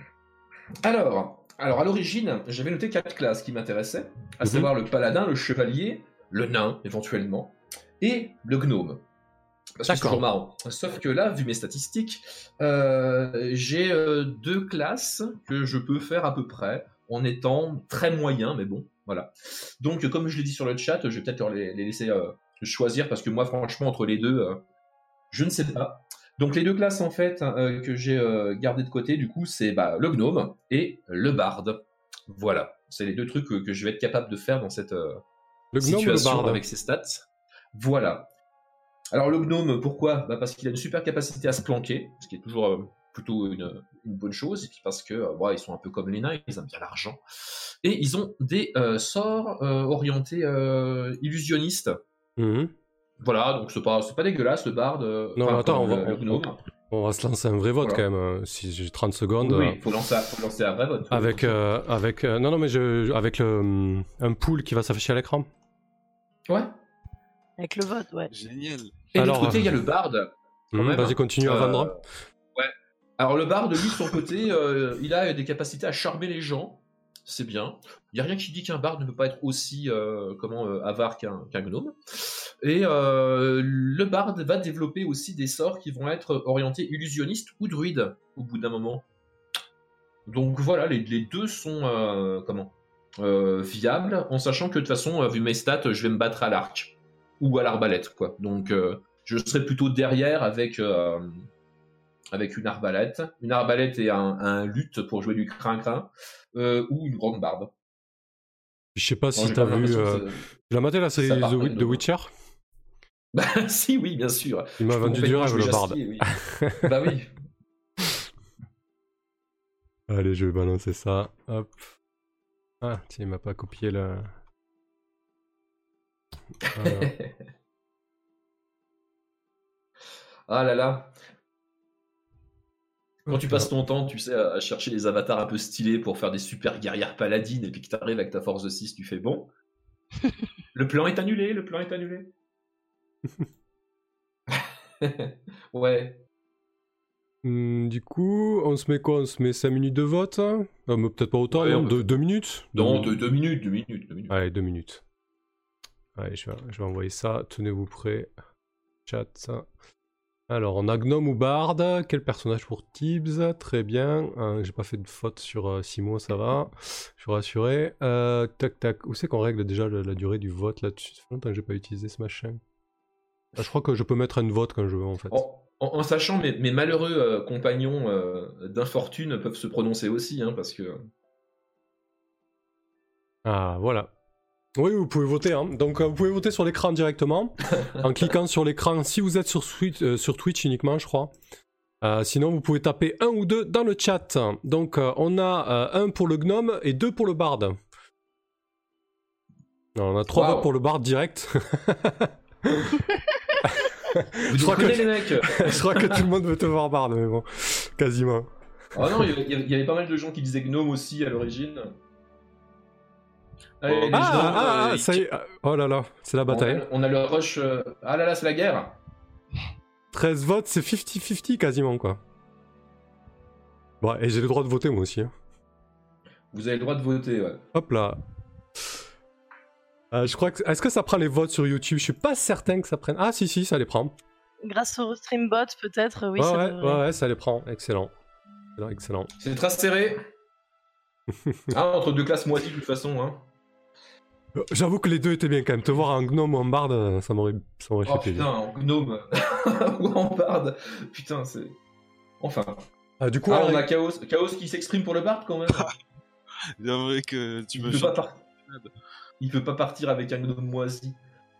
Alors, alors à l'origine, j'avais noté quatre classes qui m'intéressaient, à Mhm. savoir le paladin, le chevalier, le nain éventuellement, et le gnome. Parce que c'est D'accord. toujours marrant. Sauf que là, vu mes statistiques, euh, j'ai euh, deux classes que je peux faire à peu près en étant très moyen, mais bon, voilà. Donc, comme je l'ai dit sur le chat, je vais peut-être leur les, les laisser euh, choisir parce que moi, franchement, entre les deux, euh, je ne sais pas. Donc, les deux classes en fait euh, que j'ai euh, gardées de côté, du coup, c'est bah, le gnome et le barde. Voilà, c'est les deux trucs que, que je vais être capable de faire dans cette euh, Le gnome ou le situation barde? avec ces stats. Voilà. Alors le gnome, pourquoi? Bah parce qu'il a une super capacité à se planquer, ce qui est toujours euh, plutôt une, une bonne chose, et puis parce que euh, ouais, ils sont un peu comme les nains, ils aiment bien l'argent. Et ils ont des euh, sorts euh, orientés euh, illusionnistes. Mhm. Voilà, donc c'est pas, c'est pas dégueulasse le barde, euh, Non, enfin attends, on le, va, le on, gnome. on va se lancer un vrai vote Voilà. quand même. euh, Si j'ai trente secondes. Oui, euh, oui, faut lancer, faut lancer un vrai vote. faut Avec, lancer. euh, avec euh, non, non, mais je, avec le, hum, un pool qui va s'afficher à l'écran. Ouais. Avec le vote, ouais. Génial. Et de Alors, l'autre côté, il y a euh, le barde. Quand hum, même. vas-y, continue à Euh, vendre. Ouais. Alors le barde, lui, de son côté, euh, il a des capacités à charmer les gens. C'est bien. Il n'y a rien qui dit qu'un barde ne peut pas être aussi euh, comment, euh, avare qu'un qu'un gnome. Et euh, le barde va développer aussi des sorts qui vont être orientés illusionnistes ou druides au bout d'un moment. Donc voilà, les, les deux sont euh, comment euh, viables, en sachant que de toute façon, euh, vu mes stats, je vais me battre à l'arc ou à l'arbalète, quoi. Donc euh, je serai plutôt derrière avec euh, avec une arbalète, une arbalète et un, un luth pour jouer du crin-crin, euh, ou une grande barbe. Je sais pas Bon, si j'ai t'as quand même vu. l'impression Euh... que Tu l'as maté la ça, série ça The, part pas Wi- de The nous. Witcher? Bah si, oui, bien sûr. Il m'a Je peux vendu du complètement rêve jouer le barde. Jaskier, oui. Bah oui. Allez, je vais balancer ça. Hop. Ah, tiens, il m'a pas copié le. Voilà. Ah là là. Quand tu Hop passes là. ton temps, tu sais, à à chercher des avatars un peu stylés pour faire des super guerrières paladines, et puis que t'arrives avec ta force de six, tu fais bon. Le plan est annulé, le plan est annulé. Ouais. Hum, du coup, on se met quoi? On se met cinq minutes de vote? Ah, mais peut-être pas autant, Ouais, non? on peut- deux minutes? Non, Deux- deux, deux minutes, deux minutes, deux minutes. Allez, deux minutes. Allez, je vais, je vais envoyer ça. Tenez-vous prêts. Chat. Alors, on a Gnome ou Bard. Quel personnage pour Tibbs? Très bien. Euh, J'ai pas fait de faute sur euh, Simo, ça va. Je suis rassuré. Euh, tac, tac. Où c'est qu'on règle déjà la, la durée du vote là-dessus? Ça fait longtemps que j'ai pas utilisé ce machin. Ah, je crois que je peux mettre un vote quand je veux, en fait. En, en- en sachant mes, mes malheureux euh, compagnons euh, d'infortune peuvent se prononcer aussi, hein, parce que... Ah, voilà. Oui, vous pouvez voter. Hein. Donc, euh, vous pouvez voter sur l'écran directement, en cliquant sur l'écran si vous êtes sur, Switch, euh, sur Twitch uniquement, je crois. Euh, sinon, vous pouvez taper un ou deux dans le chat. Donc, euh, on a euh, un pour le gnome et deux pour le bard. Non, on a trois Wow. votes pour le bard direct. Vous Je crois déconnez, que- les mecs. Je crois que tout le monde veut te voir bard, mais bon, quasiment. Ah non, il y, avait, il y avait pas mal de gens qui disaient gnome aussi à l'origine. Allez, les Ah, gnomes, ah, euh, ah, ça y est. Oh là là, c'est la on, bataille. a, on a le rush... euh, Ah là là, c'est la guerre. treize votes, c'est cinquante cinquante quasiment, quoi. Bon, et j'ai le droit de voter, moi aussi. Hein. Vous avez le droit de voter, ouais. Hop là. Euh, je crois que... Est-ce que ça prend les votes sur YouTube? Je suis pas certain que ça prenne... Ah si, si, ça les prend. Grâce au Streambot, peut-être, oui, ouais, ça ouais, devrait. ouais, ouais, ça les prend. Excellent. Excellent, excellent. C'est très serré. Ah, entre deux classes moisies, de toute façon. Hein. Euh, J'avoue que les deux étaient bien quand même. Te voir en gnome ou en barde, euh, ça m'aurait ça m'aurait Oh fait plaisir. putain, en gnome ou en barde. Putain, c'est... Enfin. Ah, du coup, Ah, Eric- on a Chaos, Chaos qui s'exprime pour le barde quand même. J'aimerais que tu Il me peut, pas changes. par- Il peut pas partir avec un gnome moisi.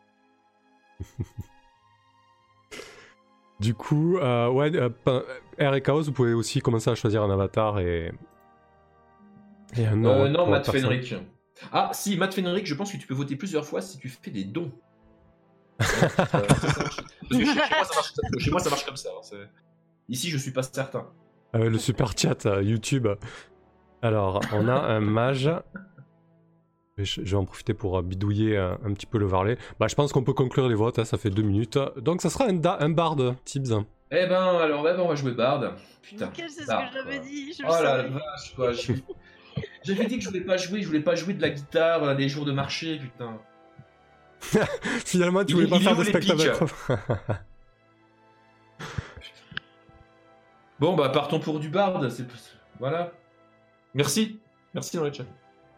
du coup, euh, ouais, euh, pa- R et Chaos, vous pouvez aussi commencer à choisir un avatar et... Et un nom. Euh, hein, non, pour Matt la personne. Fenric. Ah, si, Matt Fenric, je pense que tu peux voter plusieurs fois si tu fais des dons. Euh, ça marche. Parce que chez, chez moi, ça marche, chez moi, ça marche comme ça. hein, c'est- Ici, je suis pas certain. Ah ouais, le super chat euh, YouTube. Alors, on a un mage. Je je vais en profiter pour euh, bidouiller euh, un petit peu le varlet. Bah, je pense qu'on peut conclure les votes, hein, ça fait deux minutes. Donc, ça sera un, da- un bard, Tibbs. Eh ben, alors, ouais, ben, on va jouer Bard. Putain. Nickel, c'est ce Bard, que j'avais quoi. dit. Je le Oh la savais. vache, quoi. je- J'avais dit que je voulais pas jouer, je voulais pas jouer de la guitare euh, les jours de marché, putain. Finalement, tu Il- voulais pas il est faire où, de les spectacle. Bon, bah, partons pour du Bard. C'est... Voilà. Merci. Merci dans le chat.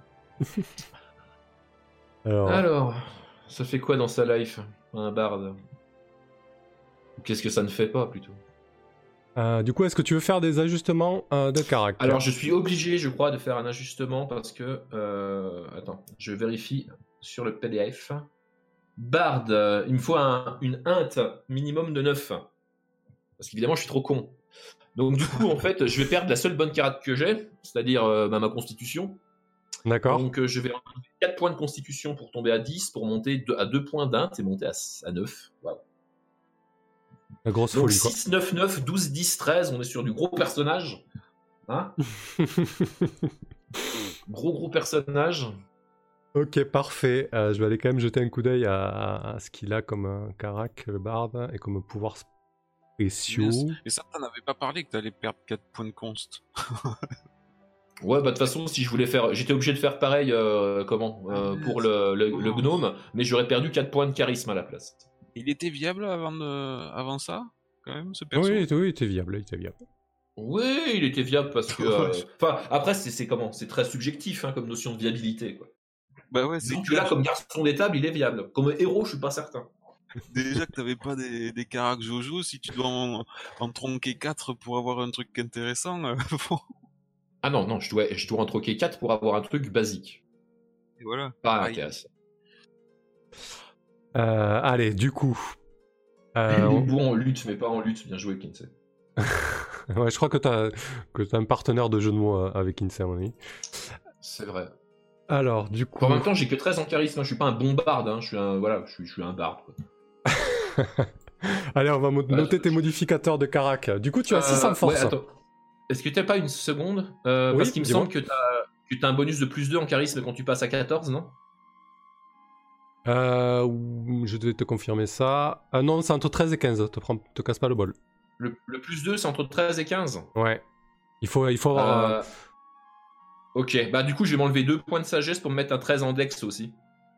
Alors, Alors, ça fait quoi dans sa life, un Bard? Qu'est-ce que ça ne fait pas, plutôt? euh, du coup, est-ce que tu veux faire des ajustements euh, de caractère? Alors, je suis obligé, je crois, de faire un ajustement parce que... euh, Attends, je vérifie sur le P D F. Bard, euh, il me faut un- une int minimum de neuf. Parce qu'évidemment, je suis trop con. Donc, du coup, en fait, je vais perdre la seule bonne carat que j'ai, c'est-à-dire euh, bah, ma constitution. D'accord. Donc, euh, je vais enlever quatre points de constitution pour tomber à dix, pour monter deux- à deux points d'int et monter à, à neuf. Voilà. La grosse Donc, folie, quoi. six, neuf, neuf, douze, dix, treize, on est sur du gros personnage. Hein? Gros, gros personnage. Ok, parfait. Euh, je vais aller quand même jeter un coup d'œil à, à ce qu'il a comme euh, carac, le bard, et comme pouvoir spéciaux. Et ça, t'en avais pas parlé que t'allais perdre quatre points de const. Ouais, bah de toute façon, si je voulais faire, j'étais obligé de faire pareil, euh, comment, euh, pour le, le, le gnome, mais j'aurais perdu quatre points de charisme à la place. Il était viable avant, de... avant ça, quand même, ce perso? Oui, oui, il était viable, il était viable. Oui, il était viable parce que, euh, Ouais. enfin, après c'est c'est comment, c'est très subjectif hein, comme notion de viabilité quoi. Bah ouais, c'est Donc clair. là, comme garçon d'étable, il est viable. Comme héros, je suis pas certain. Déjà que t'avais pas des, des caracs Jojo, si tu dois en, en tronquer quatre pour avoir un truc intéressant, euh, bon. Ah non, non, je dois, je dois en troquer quatre pour avoir un truc basique. Et voilà. Pas Aïe. intéressant. Euh, allez, du coup. Euh, on- Bon, en lutte, mais pas en lutte. Bien joué, Kinsey. ouais, je crois que t'as que t'as un partenaire de jeu de mots euh, avec Insane, à mon avis. C'est vrai. Alors, du coup. En même temps, j'ai que treize en charisme. hein. Je suis pas un bon barde. Hein. Je suis un, voilà, je suis, je suis un barde. Quoi. Allez, on va mo- Ouais, noter je- tes modificateurs de carac. Du coup, tu as Euh, six cents force. ouais, attends. Est-ce que t'as pas une seconde euh, Oui, Parce qu'il me dis-moi. semble que t'as que t'as un bonus de plus deux en charisme quand tu passes à quatorze, non? Euh, je devais te confirmer ça. Ah non, c'est entre treize et quinze. Te, prends, te casse pas le bol. Le, le plus deux, c'est entre treize et quinze. Ouais. Il faut, il faut avoir... Euh, euh, Ok, bah du coup, je vais m'enlever deux points de sagesse pour me mettre un treize en dex aussi.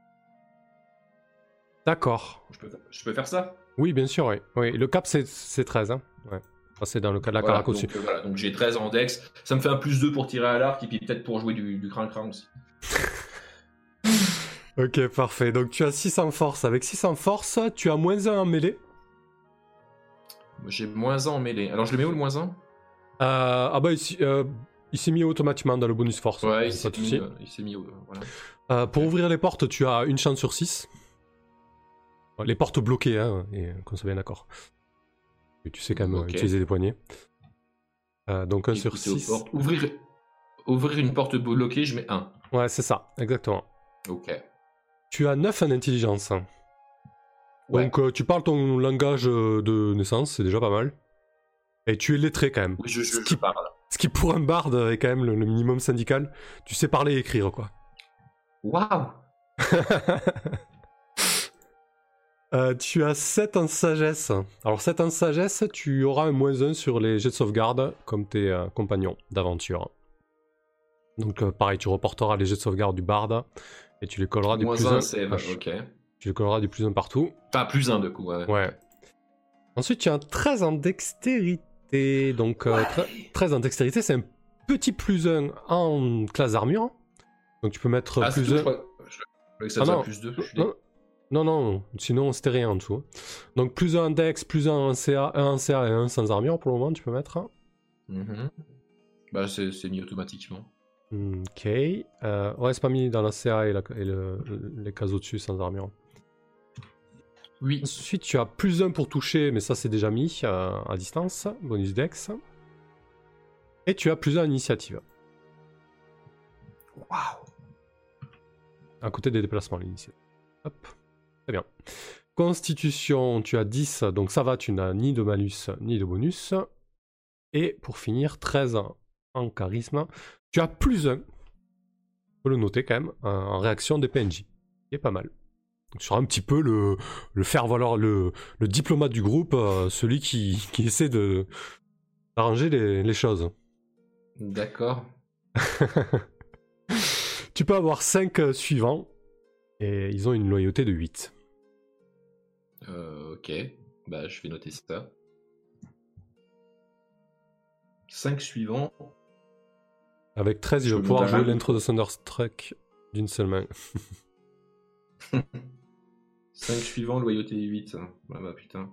D'accord. Je peux, je peux faire ça? Oui, bien sûr, oui. oui. Le cap, c'est c'est treize. Hein. Ouais. Ça, c'est dans le cas de la Voilà, carac au-dessus. donc, euh, voilà, donc j'ai treize en dex. Ça me fait un plus deux pour tirer à l'arc et puis peut-être pour jouer du, du crin-crin aussi. Ok, parfait. Donc tu as six en force. Avec six en force, tu as moins un en mêlée. J'ai moins un en mêlée. Alors je le mets où le moins un? Euh, ah bah ici, euh, il s'est mis automatiquement dans le bonus force. Ouais, il pas s'est de mis, souci. euh, il s'est mis au... Voilà. Euh, pour ouvrir les portes, tu as une chance sur six. Les portes bloquées, hein, et qu'on soit bien d'accord. Et tu sais quand même Ok. euh, utiliser des poignées. Euh, donc un sur Écoutez aux six. portes. Ouvrir... Ouvrir une porte bloquée, je mets un. Ouais, c'est ça, exactement. Ok. Tu as neuf en intelligence. Ouais. Donc euh, tu parles ton langage euh, de naissance, c'est déjà pas mal. Et tu es lettré quand même. Oui, je, je, Ce je qui, parle. ce qui pour un barde est quand même le, le minimum syndical. Tu sais parler et écrire, quoi. Waouh! Euh, tu as sept en sagesse. Alors sept en sagesse, tu auras un moins un sur les jets de sauvegarde comme tes euh, compagnons d'aventure. Donc euh, pareil, tu reporteras les jets de sauvegarde du barde et tu les colleras du Moins plus un, un. c'est... Ah, Ok. tu les colleras du plus un partout. Enfin, plus un de coup, ouais. Ouais. Ensuite, tu as un treize en dextérité. Donc euh, tre- treize en dextérité, c'est un petit plus un en classe d'armure. Donc tu peux mettre Ah, c'est plus tout, un. je crois, je crois que ça Ah faisait non. plus deux. Non, non, non, sinon c'était rien en dessous. Donc plus un en dex, plus un en C A, un en C A et un sans armure pour le moment, tu peux mettre. Mhm. Bah, c'est c'est mis automatiquement. Ok. Euh, ouais, c'est pas mis dans la C A et, la, et le, les cases au-dessus sans armure. Oui. Ensuite, tu as plus un pour toucher, mais ça c'est déjà mis euh, à distance, bonus dex. Et tu as plus un en initiative. Waouh! À côté des déplacements, l'initiative. Hop. Très bien. Constitution, tu as dix, donc ça va, tu n'as ni de malus ni de bonus. Et pour finir, treize en charisme. Tu as plus un. Faut le noter quand même, en réaction des P N J. Qui est pas mal. Donc tu seras un petit peu le, le faire valoir, le, le diplomate du groupe, euh, celui qui, qui essaie de d'arranger les, les choses. D'accord. Tu peux avoir cinq suivants. Et ils ont une loyauté de huit. Euh, ok. Bah, je vais noter ça. cinq suivants. Avec treize, il Je va me pouvoir monte à jouer un. l'intro de Thunderstruck d'une seule main. cinq suivants, loyauté huit. Ah bah putain.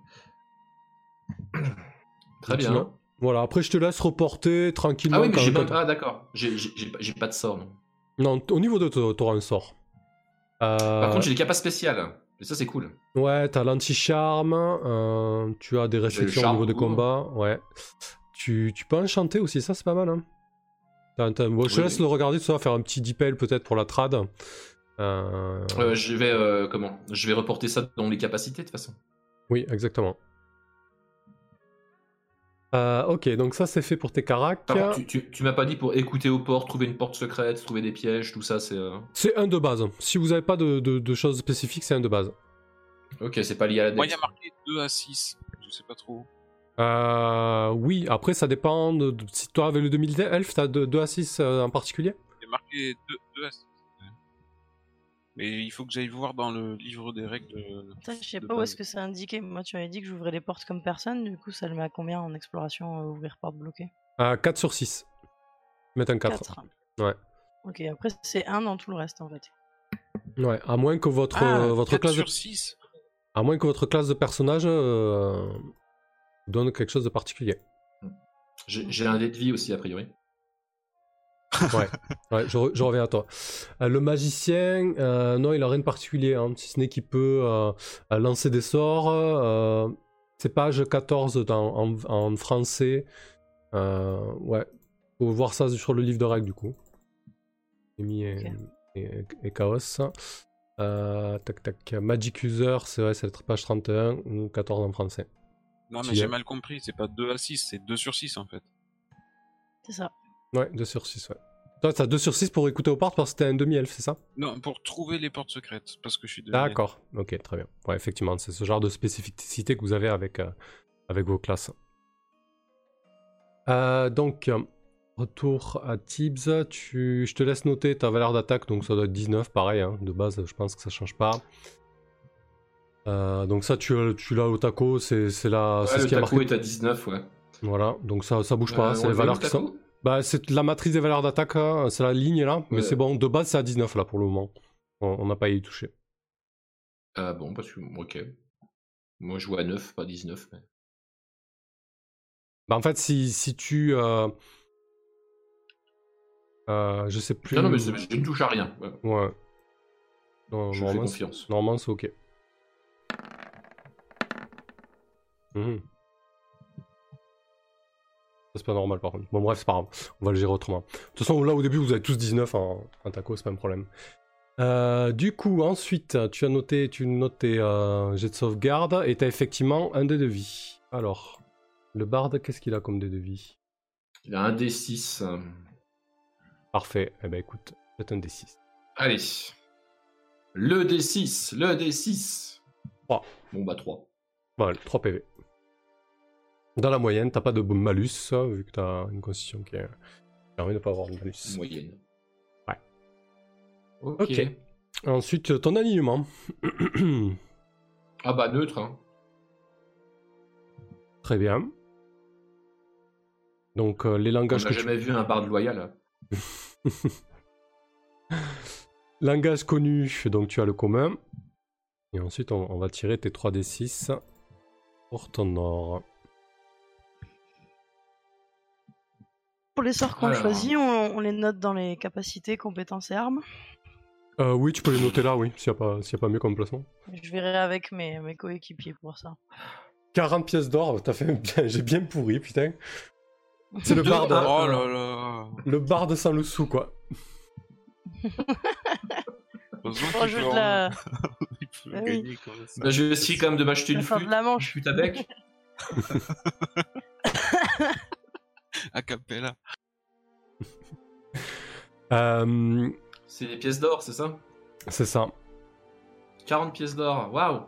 Très Donc, bien. sinon, voilà, après je te laisse reporter tranquillement. Ah oui, mais quand- j'ai quand- pas... Ah d'accord. J'ai j'ai- j'ai pas- j'ai pas de sort, non. Non, au niveau de toi, t'auras un sort. Euh, Par contre, j'ai des capaces spéciales. Et ça, c'est cool. Ouais, t'as l'anti-charme, euh, tu as des restrictions au charme niveau des tout court. combats, ouais. Tu, tu peux enchanter aussi, ça c'est pas mal. Hein. T'as- t'as- bon, je te Oui, laisse oui. le regarder, tout ça, faire un petit dipel peut-être pour la trad. Euh, Euh, je vais... euh, comment? Je vais reporter ça dans les capacités, de toute façon. Oui, exactement. Euh, ok, donc ça c'est fait pour tes caracs. Par contre, tu, tu, tu m'as pas dit pour écouter aux portes, trouver une porte secrète, trouver des pièges, tout ça, c'est... euh, C'est un de base. Si vous n'avez pas de, de- de choses spécifiques, c'est un de base. Ok, c'est pas lié à la Moi, il y dex. a marqué deux à six. Je sais pas trop. Euh, oui, après ça dépend. De, de- si toi avec le deux mille elf, t'as deux à six euh, en particulier. Il y a marqué deux à six. Mais il faut que j'aille voir dans le livre des règles. de- Putain, je sais de pas où base. est-ce que c'est indiqué. Moi, tu m'avais dit que j'ouvrais les portes comme personne. Du coup, ça le met à combien en exploration euh, ouvrir porte bloquée? Euh, quatre sur six. Mettre un quatre. quatre. Ouais. Ok, après, c'est un dans tout le reste en fait. Ouais, à moins que votre, Ah, euh, votre quatre classe de... sur six. à moins que votre classe de personnage euh, donne quelque chose de particulier. J'ai j'ai un dé de vie aussi, a priori. Ouais, ouais je, re- je reviens à toi. Euh, le magicien, euh, non, il a rien de particulier, hein, si ce n'est qu'il peut euh, euh, lancer des sorts. Euh, c'est page quatorze dans, en, en français. Euh, ouais, faut voir ça sur le livre de règles du coup. Amy et, Ok. et, et Chaos. Euh, tac tac. Magic User, c'est vrai, c'est page trente et un ou quatorze en français. Non, mais Tu j'ai as- mal compris. C'est pas deux à six, c'est deux sur six en fait. C'est ça. Ouais, deux sur six, ouais. Toi, t'as deux sur six pour écouter aux portes parce que t'es un demi-elfe, c'est ça? Non, pour trouver les portes secrètes. Parce que je suis de. D'accord, ok, très bien. Ouais, effectivement, c'est ce genre de spécificité que vous avez avec, euh, avec vos classes. Euh, donc, retour à Tibbs. Tu... Je te laisse noter ta valeur d'attaque, donc ça doit être dix-neuf, pareil. Hein, de base, je pense que ça change pas. Euh, donc ça, tu, tu l'as au taco, c'est la... Ouais, c'est ce le qui a taco marqué. est à dix-neuf, ouais. Voilà, donc ça, ça bouge pas, Euh, c'est on les le valeurs met, qui le sont... taco Bah, c'est la matrice des valeurs d'attaque, hein, c'est la ligne là, mais Ouais. c'est bon, de base c'est à dix-neuf là pour le moment. On n'a pas à y toucher. Ah bon, parce que, ok. Moi, je joue à neuf, pas dix-neuf. Mais... Bah, en fait, si, si tu... Euh... Euh, je sais plus... Non, non, mais je ne touche à rien. Ouais. Ouais. Non, je fais normalement, confiance. Normalement, c'est ok. Mmh. C'est pas normal par contre. Bon bref, c'est pas grave. On va le gérer autrement. De toute façon, là au début, vous avez tous dix-neuf en, en taco, c'est pas un problème. Euh, du coup, ensuite, tu as noté, tu notes tes euh, jets de sauvegarde et tu as effectivement un dé de vie. Alors, le bard, qu'est-ce qu'il a comme dé de vie? Il a un D six. Parfait. Eh ben écoute, c'est un D six. Allez. Le D six, le D six. trois. Bon bah trois. Voilà, trois P V. Dans la moyenne, t'as pas de malus, ça, vu que t'as une constitution qui, est... qui permet de pas avoir de malus. Moyenne. Ouais. Ok. Ok. Ensuite, ton alignement. Ah bah neutre. Hein. Très bien. Donc, euh, les langages On n'a que jamais tu... vu un barde loyal. Langage connu, donc tu as le commun. Et ensuite, on, on va tirer tes trois D six pour ton or. Pour les sorts qu'on Alors. choisit, on, on les note dans les capacités, compétences et armes. Euh, oui, tu peux les noter là, oui, s'il n'y a, pas- s'il y a pas mieux comme placement. Je verrai avec mes, mes coéquipiers pour ça. quarante pièces d'or, t'as fait bien, j'ai bien pourri, putain. C'est le barde, Oh là là. le barde sans le sou, quoi. Heureusement Oh, qu'il je peut de en- la... il peut Ah oui. gagner comme ça. Bah, je vais essayer quand même de m'acheter une La fin de flûte. la Une manche. flûte à bec. A cappella. Euh, C'est des pièces d'or, c'est ça? c'est ça. quarante pièces d'or, waouh!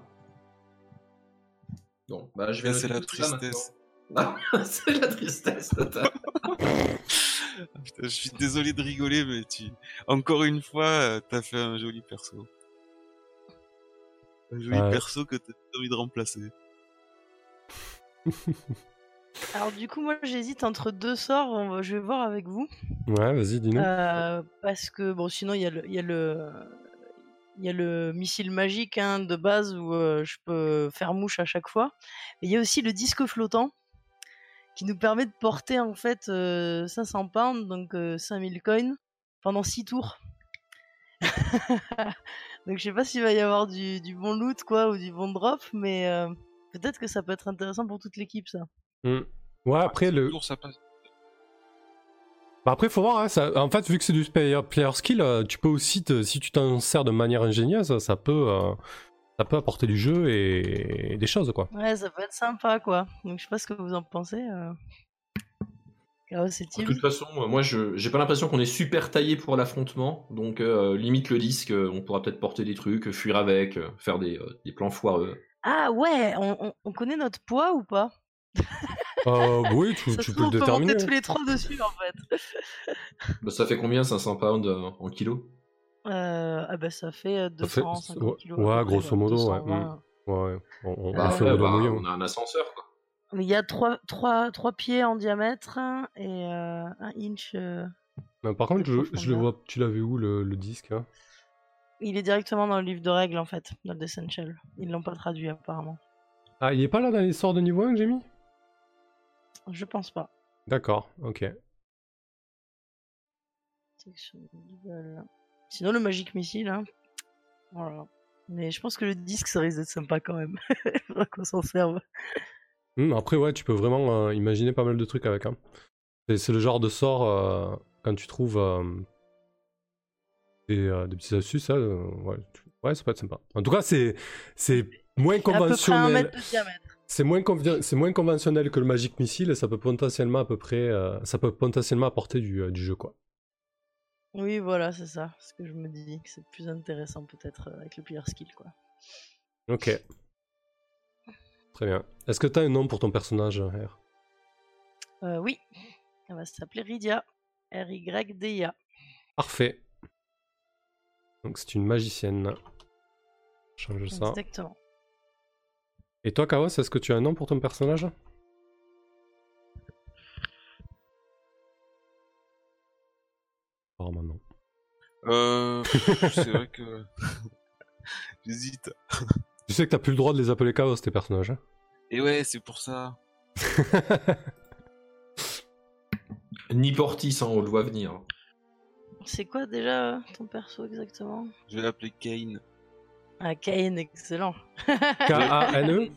Bon, bah je vais Là, c'est noter la tout ça tristesse. maintenant. C'est la tristesse totale. Ah, putain, je suis désolé de rigoler, mais tu... encore une fois, euh, t'as fait un joli perso. Un joli Ouais. perso que t'as envie de remplacer. Alors du coup, moi j'hésite entre deux sorts, on va- je vais voir avec vous. Ouais, vas-y, dis-nous. Euh, parce que, bon, sinon il y a le... il y a le... Il y a le missile magique hein, de base où euh, je peux faire mouche à chaque fois. Mais il y a aussi le disque flottant qui nous permet de porter en fait euh, cinq cents pounds, donc euh, cinq mille coins, pendant six tours. Donc je sais pas s'il va y avoir du, du bon loot quoi ou du bon drop, mais euh, peut-être que ça peut être intéressant pour toute l'équipe ça. Hmm. Ouais, après, le... Tour, ça passe. Bah après, faut voir, hein, ça... en fait, vu que c'est du player, player skill, euh, tu peux aussi, te... si tu t'en sers de manière ingénieuse, ça peut, euh, ça peut apporter du jeu et... et des choses, quoi. Ouais, ça peut être sympa quoi. Donc je sais pas ce que vous en pensez. Euh... Chaos et De Team. toute façon, euh, moi je j'ai pas l'impression qu'on est super taillé pour l'affrontement, donc euh, limite le disque, euh, on pourra peut-être porter des trucs, euh, fuir avec, euh, faire des, euh, des plans foireux. Ah ouais, on, on- on connaît notre poids ou pas? Euh, oui, tu, Ça tu se peux trouve, le on peut monter déterminer. tous les trois dessus en fait. Bah, ça fait combien cinq cents pounds euh, en kilos? Euh, ah bah ça fait euh, Ça fait- deux cent cinquante ouais, kilos. ouais, à peu près, grosso modo, ouais, deux cent vingt. Ouais, ouais, on, on, Bah on fait après, au dos bah, mouillé. on a un ascenseur quoi. Mais il y a trois, trois, trois pieds en diamètre et euh, un inch. euh, Mais par contre, de je, je le profondeur. vois, tu l'as vu où le, le disque hein Il est directement dans le livre de règles en fait, dans le Essential. Ils l'ont pas traduit apparemment. Ah, il est pas là dans les sorts de niveau un que j'ai mis? Je pense pas. D'accord, ok. Section level. Sinon le Magic Missile, hein. Voilà. Mais je pense que le disque ça risque d'être sympa quand même. Il faudra qu'on s'en serve. Hmm, après, ouais, tu peux vraiment euh, imaginer pas mal de trucs avec. Hein. C'est, c'est le genre de sort, euh, quand tu trouves euh, des, euh, des petites astuces, ça, euh, ouais, tu- ouais, ça peut être sympa. En tout cas, c'est, c'est moins À peu près un conventionnel. mètre de diamètre. C'est moins, convi- c'est moins conventionnel que le Magic Missile et ça peut potentiellement à peu près, euh, ça peut potentiellement apporter du, euh, du jeu, quoi. Oui, voilà, c'est ça. Ce que je me dis, que c'est plus intéressant peut-être euh, avec le player skill, quoi. Ok. Très bien. Est-ce que t'as un nom pour ton personnage, R? Euh, oui. Elle va s'appeler Rydia. R Y D I A. Parfait. Donc c'est une magicienne. Change ça. Exactement. Et toi, Chaos, est-ce que tu as un nom pour ton personnage? Oh, non. Euh, c'est vrai que j'hésite. Tu sais que t'as plus le droit de les appeler Chaos, tes personnages. Hein. Et ouais, c'est pour ça. Ni Portis, hein, on le voit venir. C'est quoi déjà ton perso exactement? Je vais l'appeler Kane. Ah, Kane, excellent. K A N E.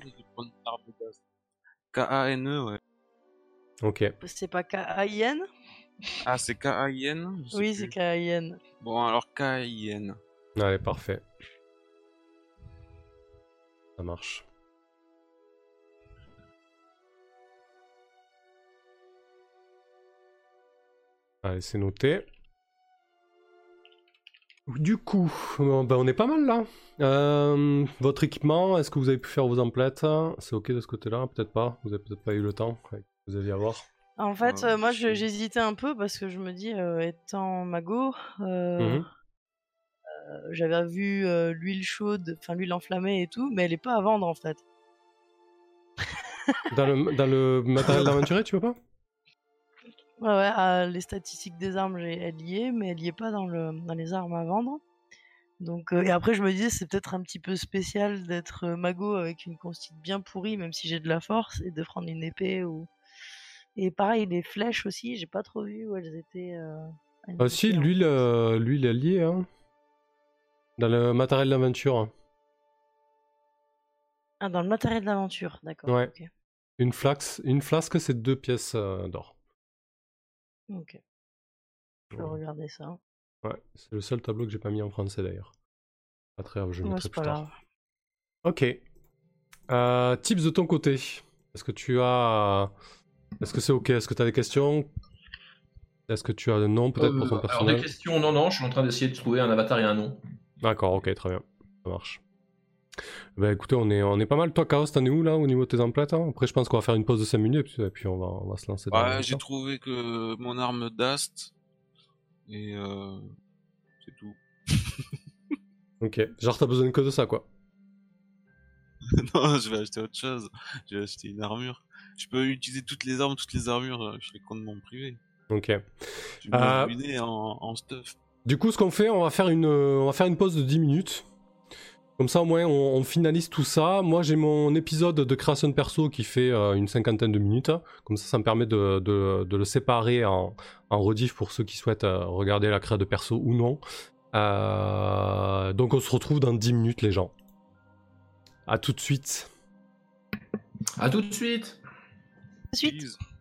K A N E, ouais. Ok. C'est pas K A I N? Ah, c'est K A I N? Oui, c'est K A I N. Bon, alors K A I N. Allez, parfait. Ça marche. Allez, c'est noté. Du coup, euh, ben on est pas mal là. Euh, votre équipement, est-ce que vous avez pu faire vos emplettes? C'est ok de ce côté-là? Peut-être pas. Vous avez peut-être pas eu le temps. Vous alliez avoir. En fait, Ah, euh, moi, je je- sais. j'hésitais un peu parce que je me dis, euh, étant mago, euh, Mhm. euh, j'avais vu euh, l'huile chaude, enfin l'huile enflammée et tout, mais elle est pas à vendre en fait. Dans le, dans le matériel d'aventurier, tu veux pas? Ouais, ouais, euh, les statistiques des armes, j'ai- elle y est, mais elle y est pas dans, le, dans les armes à vendre. Donc, euh, et après, je me disais, c'est peut-être un petit peu spécial d'être euh, mago avec une constitution bien pourrie, même si j'ai de la force, et de prendre une épée ou. Et pareil, les flèches aussi, j'ai pas trop vu où elles étaient. Euh, Ah si, indiquées, en l'huile, fait. euh, l'huile est liée, hein. Dans le matériel d'aventure. Ah, dans le matériel d'aventure, d'accord. Ouais. Ok. Une flasque, une flasque, c'est deux pièces euh, d'or. Ok. Je vais Ouais. regarder ça. Ouais, c'est le seul tableau que j'ai pas mis en français d'ailleurs. Pas très grave, je le Ouais, mettrai c'est plus pas tard. grave. Ok. Euh, tips de ton côté. Est-ce que tu as... Est-ce que c'est ok? Est-ce que tu as des questions? Est-ce que tu as un nom peut-être pour ton Euh, alors des personnage? questions, non, non, je suis en train d'essayer de trouver un avatar et un nom. D'accord, ok, très bien. Ça marche. Bah écoutez, on est, on est pas mal. Toi, Chaos, t'en es où là au niveau de tes emplettes hein? Après, je pense qu'on va faire une pause de cinq minutes et puis on va, on va se lancer dans Ouais, j'ai l'aventure. trouvé que mon arme d'Ast. Et euh, c'est tout. Ok, genre t'as besoin que de ça quoi. Non, je vais acheter autre chose. Je vais acheter une armure. Je peux utiliser toutes les armes, toutes les armures. euh, Je les compte mon privé. Ok. Je vais me Euh, ruiner en, en stuff. Du coup, ce qu'on fait, on va faire une, euh, on va faire une pause de dix minutes. Comme ça, au moins, on, on finalise tout ça. Moi, j'ai mon épisode de création de perso qui fait euh, une cinquantaine de minutes. Comme ça, ça me permet de, de, de le séparer en, en rediff pour ceux qui souhaitent euh, regarder la création de perso ou non. Euh, donc, on se retrouve dans dix minutes, les gens. À tout de suite. À tout de suite. Suite. Please.